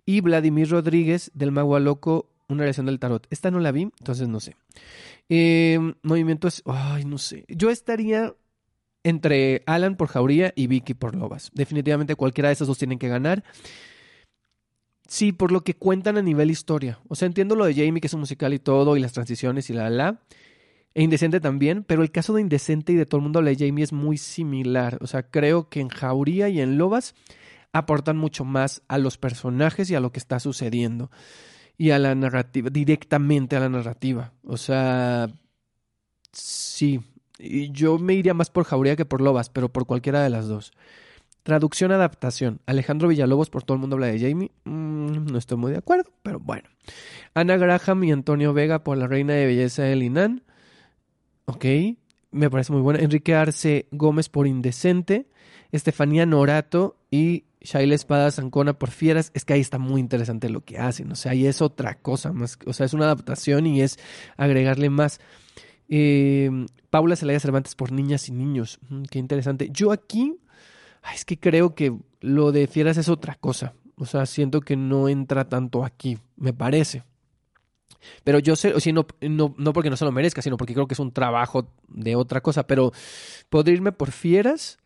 Y Vladimir Rodríguez, del Mago Loco, una revelación del tarot. Esta no la vi, entonces no sé. Eh, movimientos, ay, no sé. Yo estaría entre Alan por Jauría y Vicky por Lobas. Definitivamente cualquiera de esas dos tienen que ganar. Sí, por lo que cuentan a nivel historia. O sea, entiendo lo de Jamie, que es un musical y todo, y las transiciones y la, la. E Indecente también, pero el caso de Indecente y de Todo el mundo habla de Jamie es muy similar. O sea, creo que en Jauría y en Lobas aportan mucho más a los personajes y a lo que está sucediendo. Y a la narrativa, directamente a la narrativa. O sea, sí. Y yo me iría más por Jauría que por Lobas, pero por cualquiera de las dos. Traducción, adaptación. Alejandro Villalobos, por Todo el mundo habla de Jamie. Mm, no estoy muy de acuerdo, pero bueno. Ana Graham y Antonio Vega por La Reina de Belleza de Linan. Ok, me parece muy buena. Enrique Arce Gómez por Indecente. Estefanía Norato y Shaila Espada Zancona por Fieras. Es que ahí está muy interesante lo que hacen. O sea, ahí es otra cosa más. O sea, es una adaptación y es agregarle más. Eh, Paula Celaya Cervantes por Niñas y Niños. Mm, qué interesante. Yo aquí, ay, es que creo que lo de Fieras es otra cosa. O sea, siento que no entra tanto aquí, me parece. Pero yo sé, o sea, no, no, no porque no se lo merezca, sino porque creo que es un trabajo de otra cosa. Pero podría irme por Fieras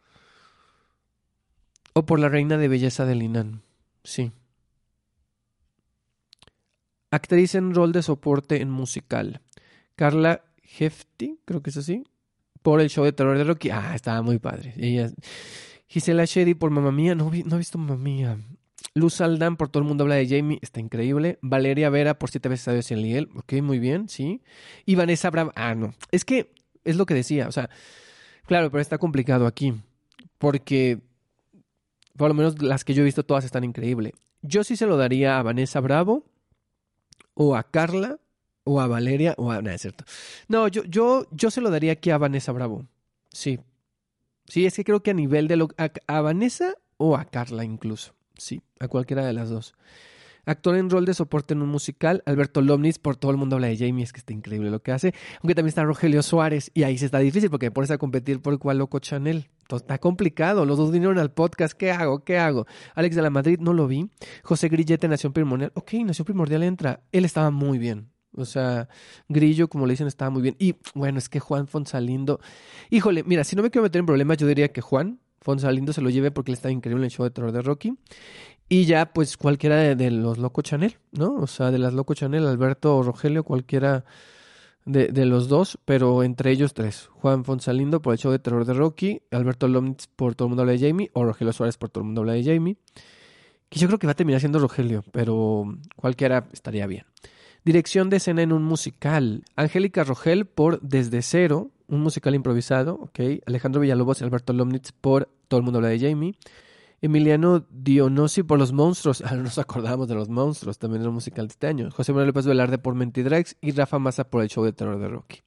o por La Reina de Belleza de Linan. Sí. Actriz en rol de soporte en musical. Carla Hefti, creo que es así. Por El show de terror de Rocky. Ah, estaba muy padre. Ella... Gisela Shedi por Mamma Mía. No, vi, no he visto Mamma Mía. Luz Aldán por Todo el mundo habla de Jamie. Está increíble. Valeria Vera por Siete veces Adiós y en Liel. Ok, muy bien, sí. Y Vanessa Bravo. Ah, no. Es que es lo que decía. O sea, claro, pero está complicado aquí. Porque por lo menos las que yo he visto todas están increíbles. Yo sí se lo daría a Vanessa Bravo o a Carla o a Valeria o a... No, es cierto. No, yo, yo, yo se lo daría aquí a Vanessa Bravo. Sí. Sí, es que creo que a nivel de lo... A, a Vanessa o a Carla incluso. Sí, a cualquiera de las dos. Actor en rol de soporte en un musical, Alberto Lomnitz, por Todo el mundo habla de Jamie, es que está increíble lo que hace. Aunque también está Rogelio Suárez, y ahí se está difícil porque me pones a competir por cuál loco Chanel. Entonces, está complicado, los dos vinieron al podcast, ¿qué hago? ¿Qué hago? Alex de la Madrid, no lo vi. José Grillete, Nación Primordial. Ok, Nación Primordial entra. Él estaba muy bien. O sea, Grillo, como le dicen, estaba muy bien. Y bueno, es que Juan Fonsalindo... Híjole, mira, si no me quiero meter en problemas, yo diría que Juan Fonsalindo se lo lleve porque él está increíble en el show de terror de Rocky. Y ya, pues, cualquiera de, de los Loco Chanel, ¿no? O sea, de las Loco Chanel, Alberto o Rogelio, cualquiera de, de los dos, pero entre ellos tres. Juan Fonsalindo por el show de terror de Rocky, Alberto Lomnitz por Todo el mundo habla de Jamie, o Rogelio Suárez por Todo el mundo habla de Jamie. Que yo creo que va a terminar siendo Rogelio, pero cualquiera estaría bien. Dirección de escena en un musical. Angélica Rogel por Desde Cero, un musical improvisado, ok. Alejandro Villalobos y Alberto Lomnitz por Todo el mundo habla de Jamie. Emiliano Dionosi por Los Monstruos. Ah, no nos acordábamos de Los Monstruos, también era un musical de este año. José Manuel López Velarde por Mentidrax y Rafa Massa por El show de terror de Rocky.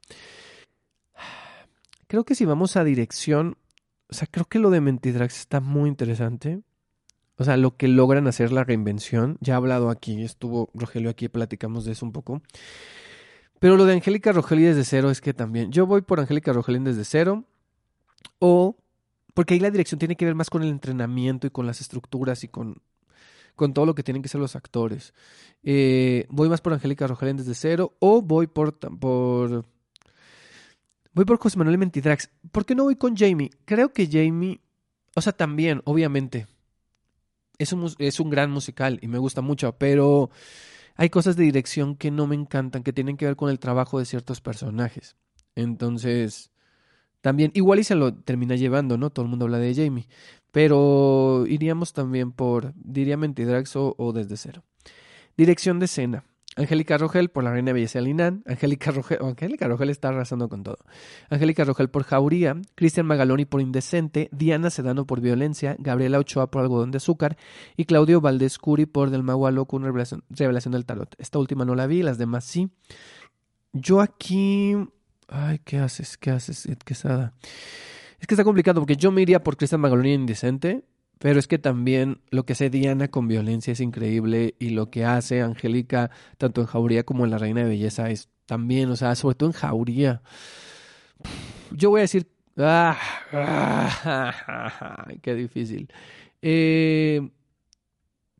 Creo que si vamos a dirección, o sea, creo que lo de Mentidrax está muy interesante. O sea, lo que logran hacer la reinvención. Ya he hablado aquí, estuvo Rogelio aquí, platicamos de eso un poco. Pero lo de Angélica Rogel y Desde Cero es que también. Yo voy por Angélica Rogel en Desde Cero. O... Porque ahí la dirección tiene que ver más con el entrenamiento y con las estructuras y con, con todo lo que tienen que ser los actores. Eh, voy más por Angélica Rogel en Desde Cero o voy por, por... Voy por José Manuel Mentidrax. ¿Por qué no voy con Jamie? Creo que Jamie... O sea, también, obviamente. Es un, es un gran musical y me gusta mucho, pero hay cosas de dirección que no me encantan, que tienen que ver con el trabajo de ciertos personajes. Entonces... También, igual y se lo termina llevando, ¿no? Todo el mundo habla de Jamie. Pero iríamos también por, diría Mentidrax o, o Desde Cero. Dirección de escena. Angélica Rogel por La Reina de Belleza de Linan. Angélica Rogel, oh, Angélica Rogel está arrasando con todo. Angélica Rogel por Jauría. Cristian Magaloni por Indecente. Diana Sedano por Violencia. Gabriela Ochoa por Algodón de Azúcar. Y Claudio Valdés Curi por Del Mago al Loco, una revelación, revelación del tarot. Esta última no la vi, las demás sí. Yo aquí... Ay, ¿qué haces? ¿Qué haces, Ed Quesada? Es que está complicado porque yo me iría por Cristian Magaloni en Indecente, pero es que también lo que hace Diana con Violencia es increíble y lo que hace Angélica, tanto en Jauría como en La Reina de Belleza, es también, o sea, sobre todo en Jauría. Yo voy a decir... Ah, ah, ah, ah, qué difícil. Eh,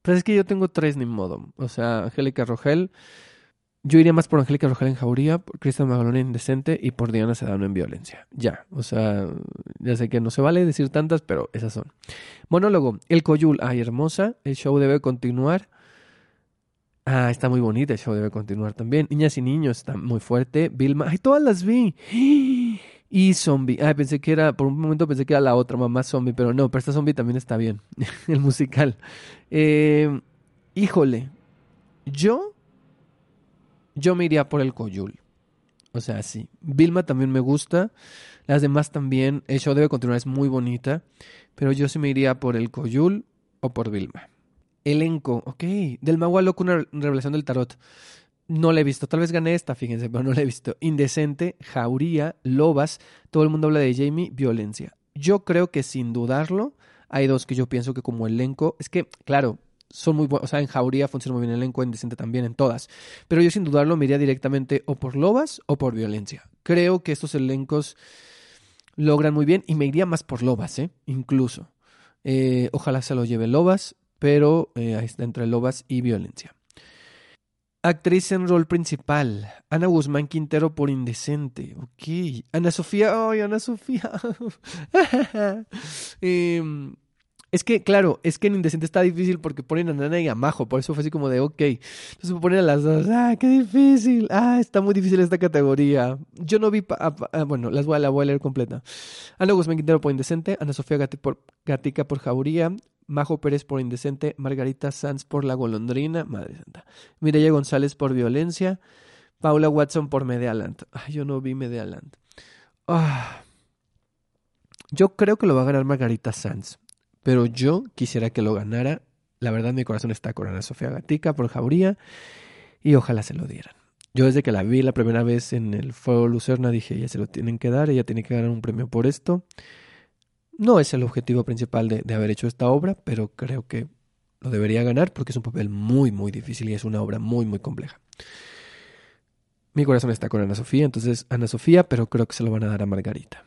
Pero es que yo tengo tres ni modo. O sea, Angélica Rogel. Yo iría más por Angélica Rogel en Jauría, por Cristian Magalón en Indecente y por Diana Sedano en Violencia. Ya, o sea, ya sé que no se vale decir tantas, pero esas son. Monólogo. El Coyul. Ay, hermosa. El show debe continuar. Ah, está muy bonita. El show debe continuar también. Niñas y niños. Está muy fuerte. Vilma. Ay, todas las vi. Y Zombie. Ay, pensé que era, por un momento pensé que era la otra, Mamá Zombie, pero no, pero esta Zombie también está bien. El musical. Eh, híjole. Yo... Yo me iría por el Coyul. O sea, sí. Vilma también me gusta. Las demás también. El show debe continuar. Es muy bonita. Pero yo sí me iría por el Coyul o por Vilma. Elenco. Ok. Del Mago al Loco, una revelación del tarot. No la he visto. Tal vez gané esta, fíjense, pero no la he visto. Indecente, Jauría, Lobas. Todo el mundo habla de Jamie. Violencia. Yo creo que sin dudarlo hay dos que yo pienso que como elenco... Es que, claro... Son muy buenos, o sea, en Jauría funciona muy bien el elenco, en Indecente también, en todas. Pero yo sin dudarlo me iría directamente o por Lobas o por Violencia. Creo que estos elencos logran muy bien y me iría más por Lobas, ¿eh? Incluso. Eh, ojalá se lo lleve Lobas, pero eh, ahí está entre Lobas y Violencia. Actriz en rol principal. Ana Guzmán Quintero por Indecente. Ok. Ana Sofía. Ay, Ana Sofía. eh, Es que, claro, es que en Indecente está difícil porque ponen a Nana y a Majo, por eso fue así como de, ok, entonces me ponen a las dos, ah, qué difícil, ah, está muy difícil esta categoría. Yo no vi, pa- ah, pa- ah, bueno, las voy a, la voy a leer completa. Ana Guzmán Quintero por Indecente, Ana Sofía Gati por, Gatica por Jauría, Majo Pérez por Indecente, Margarita Sanz por La Golondrina, madre santa, Mireya González por Violencia, Paula Watson por Medialand. Ay, yo no vi Medialand. Ah, yo creo que lo va a ganar Margarita Sanz. Pero yo quisiera que lo ganara. La verdad, mi corazón está con Ana Sofía Gatica por Jauría y ojalá se lo dieran. Yo desde que la vi la primera vez en el Foro Lucerna dije, ella se lo tienen que dar, ella tiene que ganar un premio por esto. No es el objetivo principal de, de haber hecho esta obra, pero creo que lo debería ganar porque es un papel muy, muy difícil y es una obra muy, muy compleja. Mi corazón está con Ana Sofía, entonces Ana Sofía, pero creo que se lo van a dar a Margarita.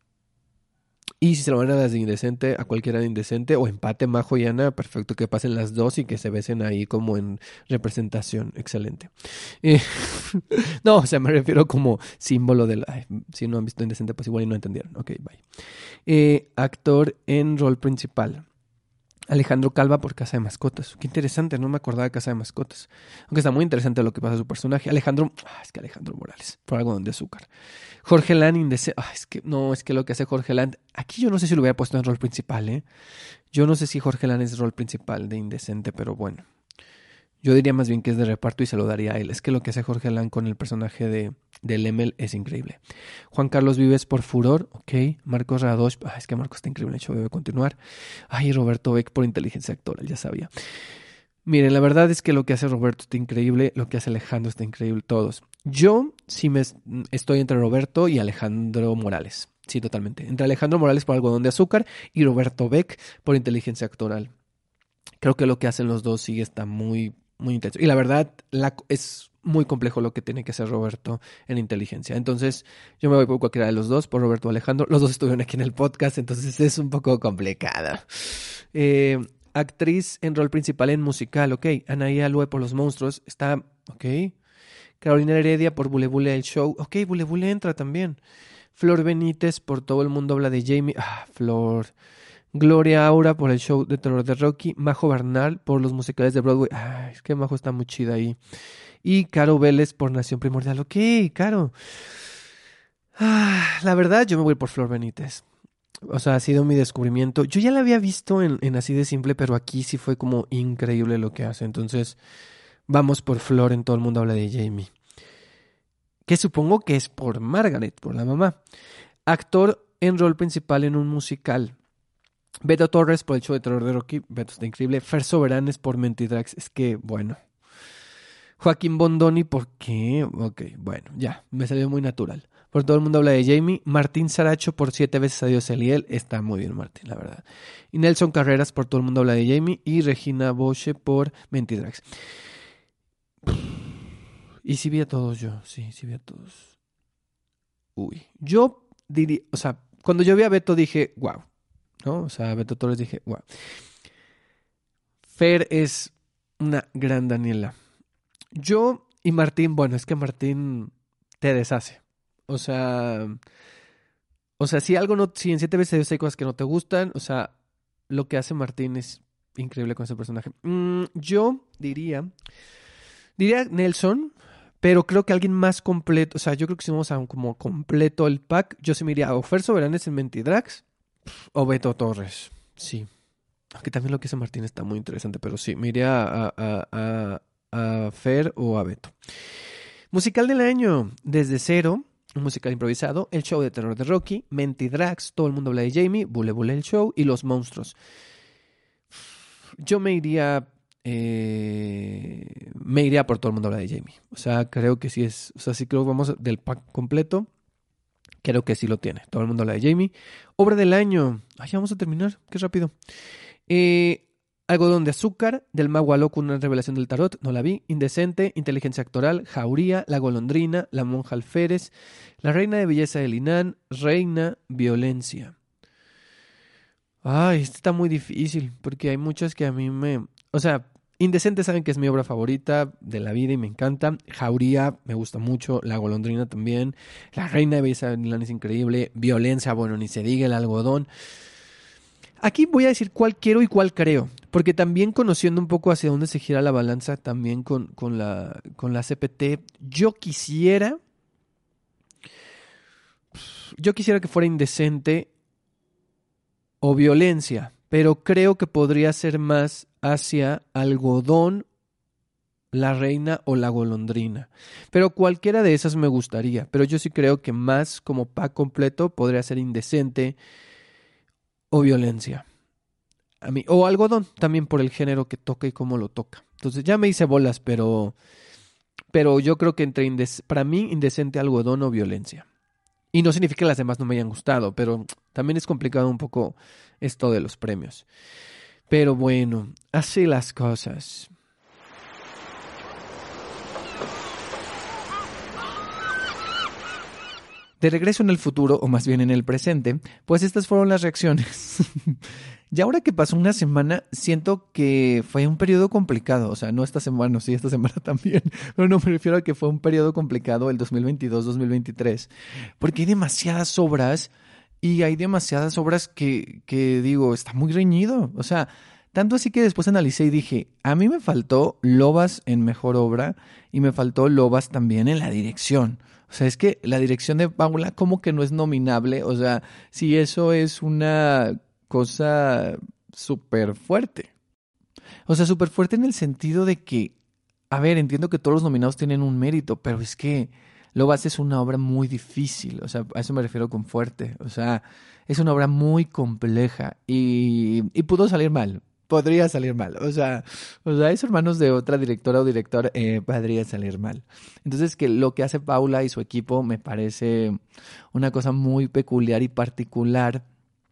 Y si se lo van a dar de Indecente, a cualquiera de Indecente, o empate Majo y Ana, perfecto, que pasen las dos y que se besen ahí como en representación. Excelente. Eh, no, o sea, me refiero como símbolo del... Ay, si no han visto Indecente, pues igual y no entendieron. Ok, bye. Eh, actor en rol principal. Alejandro Calva por Casa de Mascotas. Qué interesante, no me acordaba de Casa de Mascotas. Aunque está muy interesante lo que pasa a su personaje. Alejandro, ah, es que Alejandro Morales, por Algodón de Azúcar. Jorge Land, Indecente. Ah, es que no, es que lo que hace Jorge Land. Aquí yo no sé si lo hubiera puesto en rol principal, ¿eh? Yo no sé si Jorge Land es rol principal de Indecente, pero bueno. Yo diría más bien que es de reparto y se lo daría a él. Es que lo que hace Jorge Land con el personaje de, de Lemel es increíble. Juan Carlos Vives por Furor, ok. Marcos Radosh, ah, es que Marcos está increíble, el show debe continuar. Ay, Roberto Beck por Inteligencia Actoral, ya sabía. Miren, la verdad es que lo que hace Roberto está increíble, lo que hace Alejandro está increíble, todos. Yo sí me estoy entre Roberto y Alejandro Morales. Sí, totalmente. Entre Alejandro Morales por Algodón de Azúcar y Roberto Beck por Inteligencia Actoral. Creo que lo que hacen los dos sí está muy, muy intenso. Y la verdad, la, es muy complejo lo que tiene que hacer Roberto en inteligencia. Entonces, yo me voy por cualquiera de los dos, por Roberto o Alejandro. Los dos estuvieron aquí en el podcast, entonces es un poco complicada. Eh, actriz en rol principal en musical, ok. Anaí Alue por Los Monstruos, está, ok. Carolina Heredia por Bule Bule el Show, ok, Bule Bule entra también. Flor Benítez por Todo el Mundo Habla de Jamie, ah, Flor... Gloria Aura por el show de terror de Rocky, Majo Bernal por los musicales de Broadway, ay, es que Majo está muy chida ahí, y Caro Vélez por Nación Primordial, ok, Caro. Ah, la verdad yo me voy por Flor Benítez, o sea, ha sido mi descubrimiento, yo ya la había visto en, en Así de Simple, pero aquí sí fue como increíble lo que hace, entonces vamos por Flor en Todo el Mundo Habla de Jamie, que supongo que es por Margaret, por la mamá. Actor en rol principal en un musical. Beto Torres por el show de terror de Rocky. Beto está increíble. Fer Soberanes por Mentidrax. Es que, bueno. Joaquín Bondoni, ¿por qué? Ok, bueno, ya. Me salió muy natural. Por Todo el Mundo Habla de Jamie. Martín Saracho por Siete Veces Adiós Eliel. Está muy bien, Martín, la verdad. Y Nelson Carreras por Todo el Mundo Habla de Jamie. Y Regina Boche por Mentidrax. Y sí vi a todos yo. Sí, sí vi a todos. Uy. Yo diría, o sea, cuando yo vi a Beto dije, wow. ¿No? O sea, Beto Torres dije, wow. Fer es una gran Daniela. Yo y Martín, bueno, es que Martín te deshace. O sea, o sea, si algo no, si en siete veces hay cosas que no te gustan, o sea, lo que hace Martín es increíble con ese personaje. Mm, yo diría, diría Nelson, pero creo que alguien más completo, o sea, yo creo que si vamos a un como completo el pack, yo sí me iría o Fer Soberanes en Mentidrax o Beto Torres, sí. Aunque también lo que hace Martín está muy interesante, pero sí, me iría a, a, a, a Fer o a Beto. Musical del año, Desde Cero, un musical improvisado, El show de terror de Rocky, Mentidrax, Todo el mundo habla de Jamie, Bule Bule el show y Los monstruos. Yo me iría, eh, me iría por Todo el mundo habla de Jamie. O sea, creo que sí es, o sea, sí creo que vamos del pack completo. Creo que sí lo tiene. Todo el mundo habla de Jamie. Obra del año. Ay, ya vamos a terminar. Qué rápido. Eh, Algodón de azúcar, Del mago al loco, una revelación del tarot, no la vi. Indecente, Inteligencia actoral, Jauría, La golondrina, La monja alférez, La reina de belleza de Linan, Reina, Violencia. Ay, este está muy difícil, porque hay muchas que a mí me... O sea, Indecente saben que es mi obra favorita de la vida y me encanta. Jauría me gusta mucho, La golondrina también. La reina de belleza de Linan es increíble. Violencia, bueno, ni se diga, El algodón. Aquí voy a decir cuál quiero y cuál creo, porque también conociendo un poco hacia dónde se gira la balanza también con, con, la, con la C P T, yo quisiera, yo quisiera que fuera Indecente o Violencia, pero creo que podría ser más hacia Algodón, La reina o La golondrina. Pero cualquiera de esas me gustaría, pero yo sí creo que más como pack completo podría ser Indecente o Violencia. A mí, o Algodón, también por el género que toca y cómo lo toca. Entonces ya me hice bolas, pero pero yo creo que entre indes, para mí Indecente, Algodón o Violencia. Y no significa que las demás no me hayan gustado, pero también es complicado un poco esto de los premios. Pero bueno, así las cosas. De regreso en el futuro, o más bien en el presente, pues estas fueron las reacciones. Y ahora que pasó una semana, siento que fue un periodo complicado. O sea, no esta semana, no, sí, esta semana también. Pero no, me refiero a que fue un periodo complicado el dos mil veintidós dos mil veintitrés. Porque hay demasiadas obras y hay demasiadas obras que, que digo, está muy reñido. O sea, tanto así que después analicé y dije, a mí me faltó Lobas en mejor obra y me faltó Lobas también en la dirección. O sea, es que la dirección de Paula como que no es nominable. O sea, si eso es una cosa súper fuerte. O sea, súper fuerte en el sentido de que, a ver, entiendo que todos los nominados tienen un mérito, pero es que Lobas es una obra muy difícil. O sea, a eso me refiero con fuerte. O sea, es una obra muy compleja y, y pudo salir mal. Podría salir mal. O sea, o sea, esos hermanos de otra directora o director eh, podría salir mal. Entonces, que lo que hace Paula y su equipo me parece una cosa muy peculiar y particular.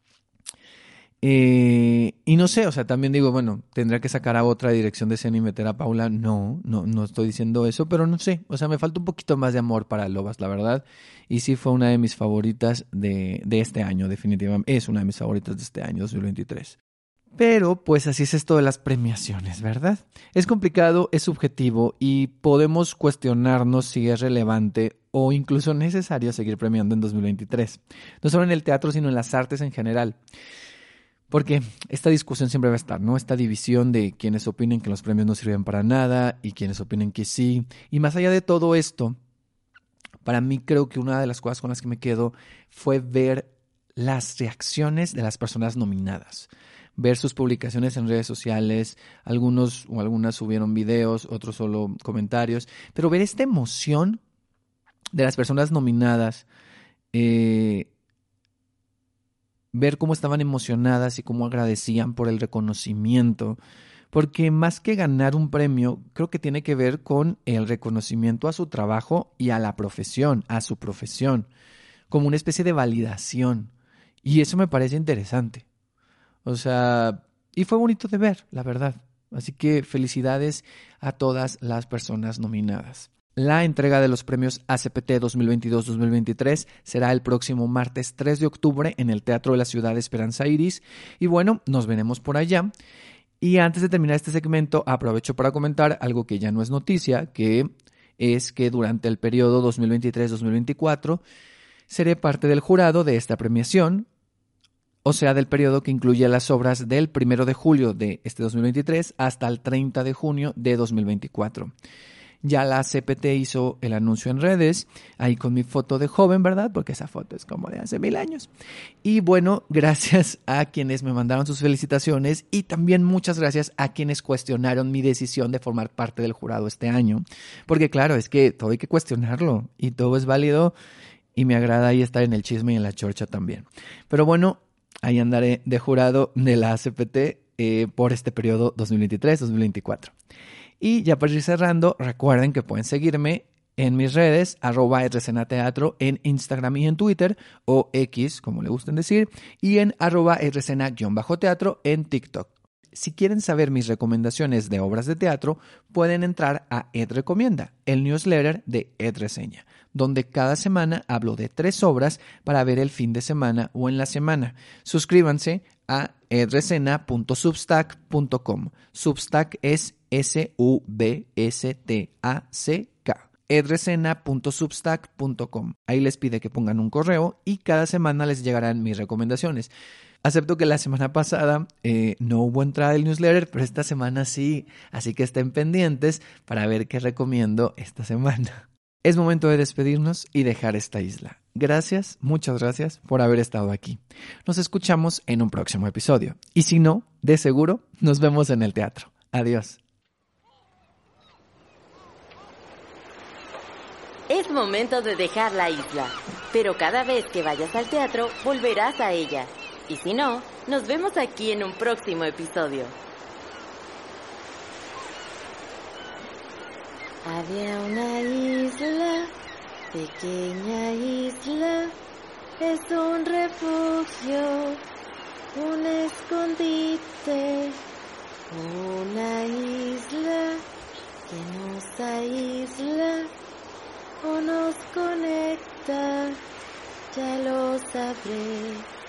Eh, y no sé, o sea, también digo, bueno, tendrá que sacar a otra dirección de escena y meter a Paula. No, no, no estoy diciendo eso, pero no sé. O sea, me falta un poquito más de amor para Lobas, la verdad. Y sí fue una de mis favoritas de, de este año, definitivamente. Es una de mis favoritas de este año, dos mil veintitrés. Pero pues así es esto de las premiaciones, ¿verdad? Es complicado, es subjetivo y podemos cuestionarnos si es relevante o incluso necesario seguir premiando en dos mil veintitrés. No solo en el teatro, sino en las artes en general. Porque esta discusión siempre va a estar, ¿no? Esta división de quienes opinen que los premios no sirven para nada y quienes opinen que sí. Y más allá de todo esto, para mí creo que una de las cosas con las que me quedo fue ver las reacciones de las personas nominadas. Ver sus publicaciones en redes sociales, algunos o algunas subieron videos, otros solo comentarios, pero ver esta emoción de las personas nominadas, eh, ver cómo estaban emocionadas y cómo agradecían por el reconocimiento, porque más que ganar un premio, creo que tiene que ver con el reconocimiento a su trabajo y a la profesión, a su profesión, como una especie de validación, y eso me parece interesante. O sea, y fue bonito de ver, la verdad. Así que felicidades a todas las personas nominadas. La entrega de los premios A C P T dos mil veintidós dos mil veintitrés será el próximo martes tres de octubre en el Teatro de la Ciudad de Esperanza Iris. Y bueno, nos veremos por allá. Y antes de terminar este segmento, aprovecho para comentar algo que ya no es noticia, que es que durante el periodo dos mil veintitrés dos mil veinticuatro seré parte del jurado de esta premiación, o sea, del periodo que incluye las obras del primero de julio de este dos mil veintitrés hasta el treinta de junio de dos mil veinticuatro. Ya la C P T hizo el anuncio en redes, ahí con mi foto de joven, ¿verdad? Porque esa foto es como de hace mil años. Y bueno, gracias a quienes me mandaron sus felicitaciones y también muchas gracias a quienes cuestionaron mi decisión de formar parte del jurado este año. Porque claro, es que todo hay que cuestionarlo y todo es válido y me agrada ahí estar en el chisme y en la chorcha también. Pero bueno, ahí andaré de jurado de la C P T eh, por este periodo dos mil veintitrés dos mil veinticuatro. Y ya para ir cerrando, recuerden que pueden seguirme en mis redes, arroba rcenateatro en Instagram y en Twitter, o X, como le gusten decir, y en arroba rcena-teatro en TikTok. Si quieren saber mis recomendaciones de obras de teatro, pueden entrar a Ed Recomienda, el newsletter de Ed Reseña, donde cada semana hablo de tres obras para ver el fin de semana o en la semana. Suscríbanse a edresena punto substack punto com. Substack es S U B S T A C K. edresena punto substack punto com. Ahí les pide que pongan un correo y cada semana les llegarán mis recomendaciones. Acepto que la semana pasada eh, no hubo entrada del newsletter, pero esta semana sí, así que estén pendientes para ver qué recomiendo esta semana. Es momento de despedirnos y dejar esta isla. Gracias, muchas gracias por haber estado aquí. Nos escuchamos en un próximo episodio. Y si no, de seguro, nos vemos en el teatro. Adiós. Es momento de dejar la isla, pero cada vez que vayas al teatro, volverás a ella. Y si no, nos vemos aquí en un próximo episodio. Había una isla, pequeña isla, es un refugio, un escondite, una isla que nos aísla o nos conecta, ya lo sabré.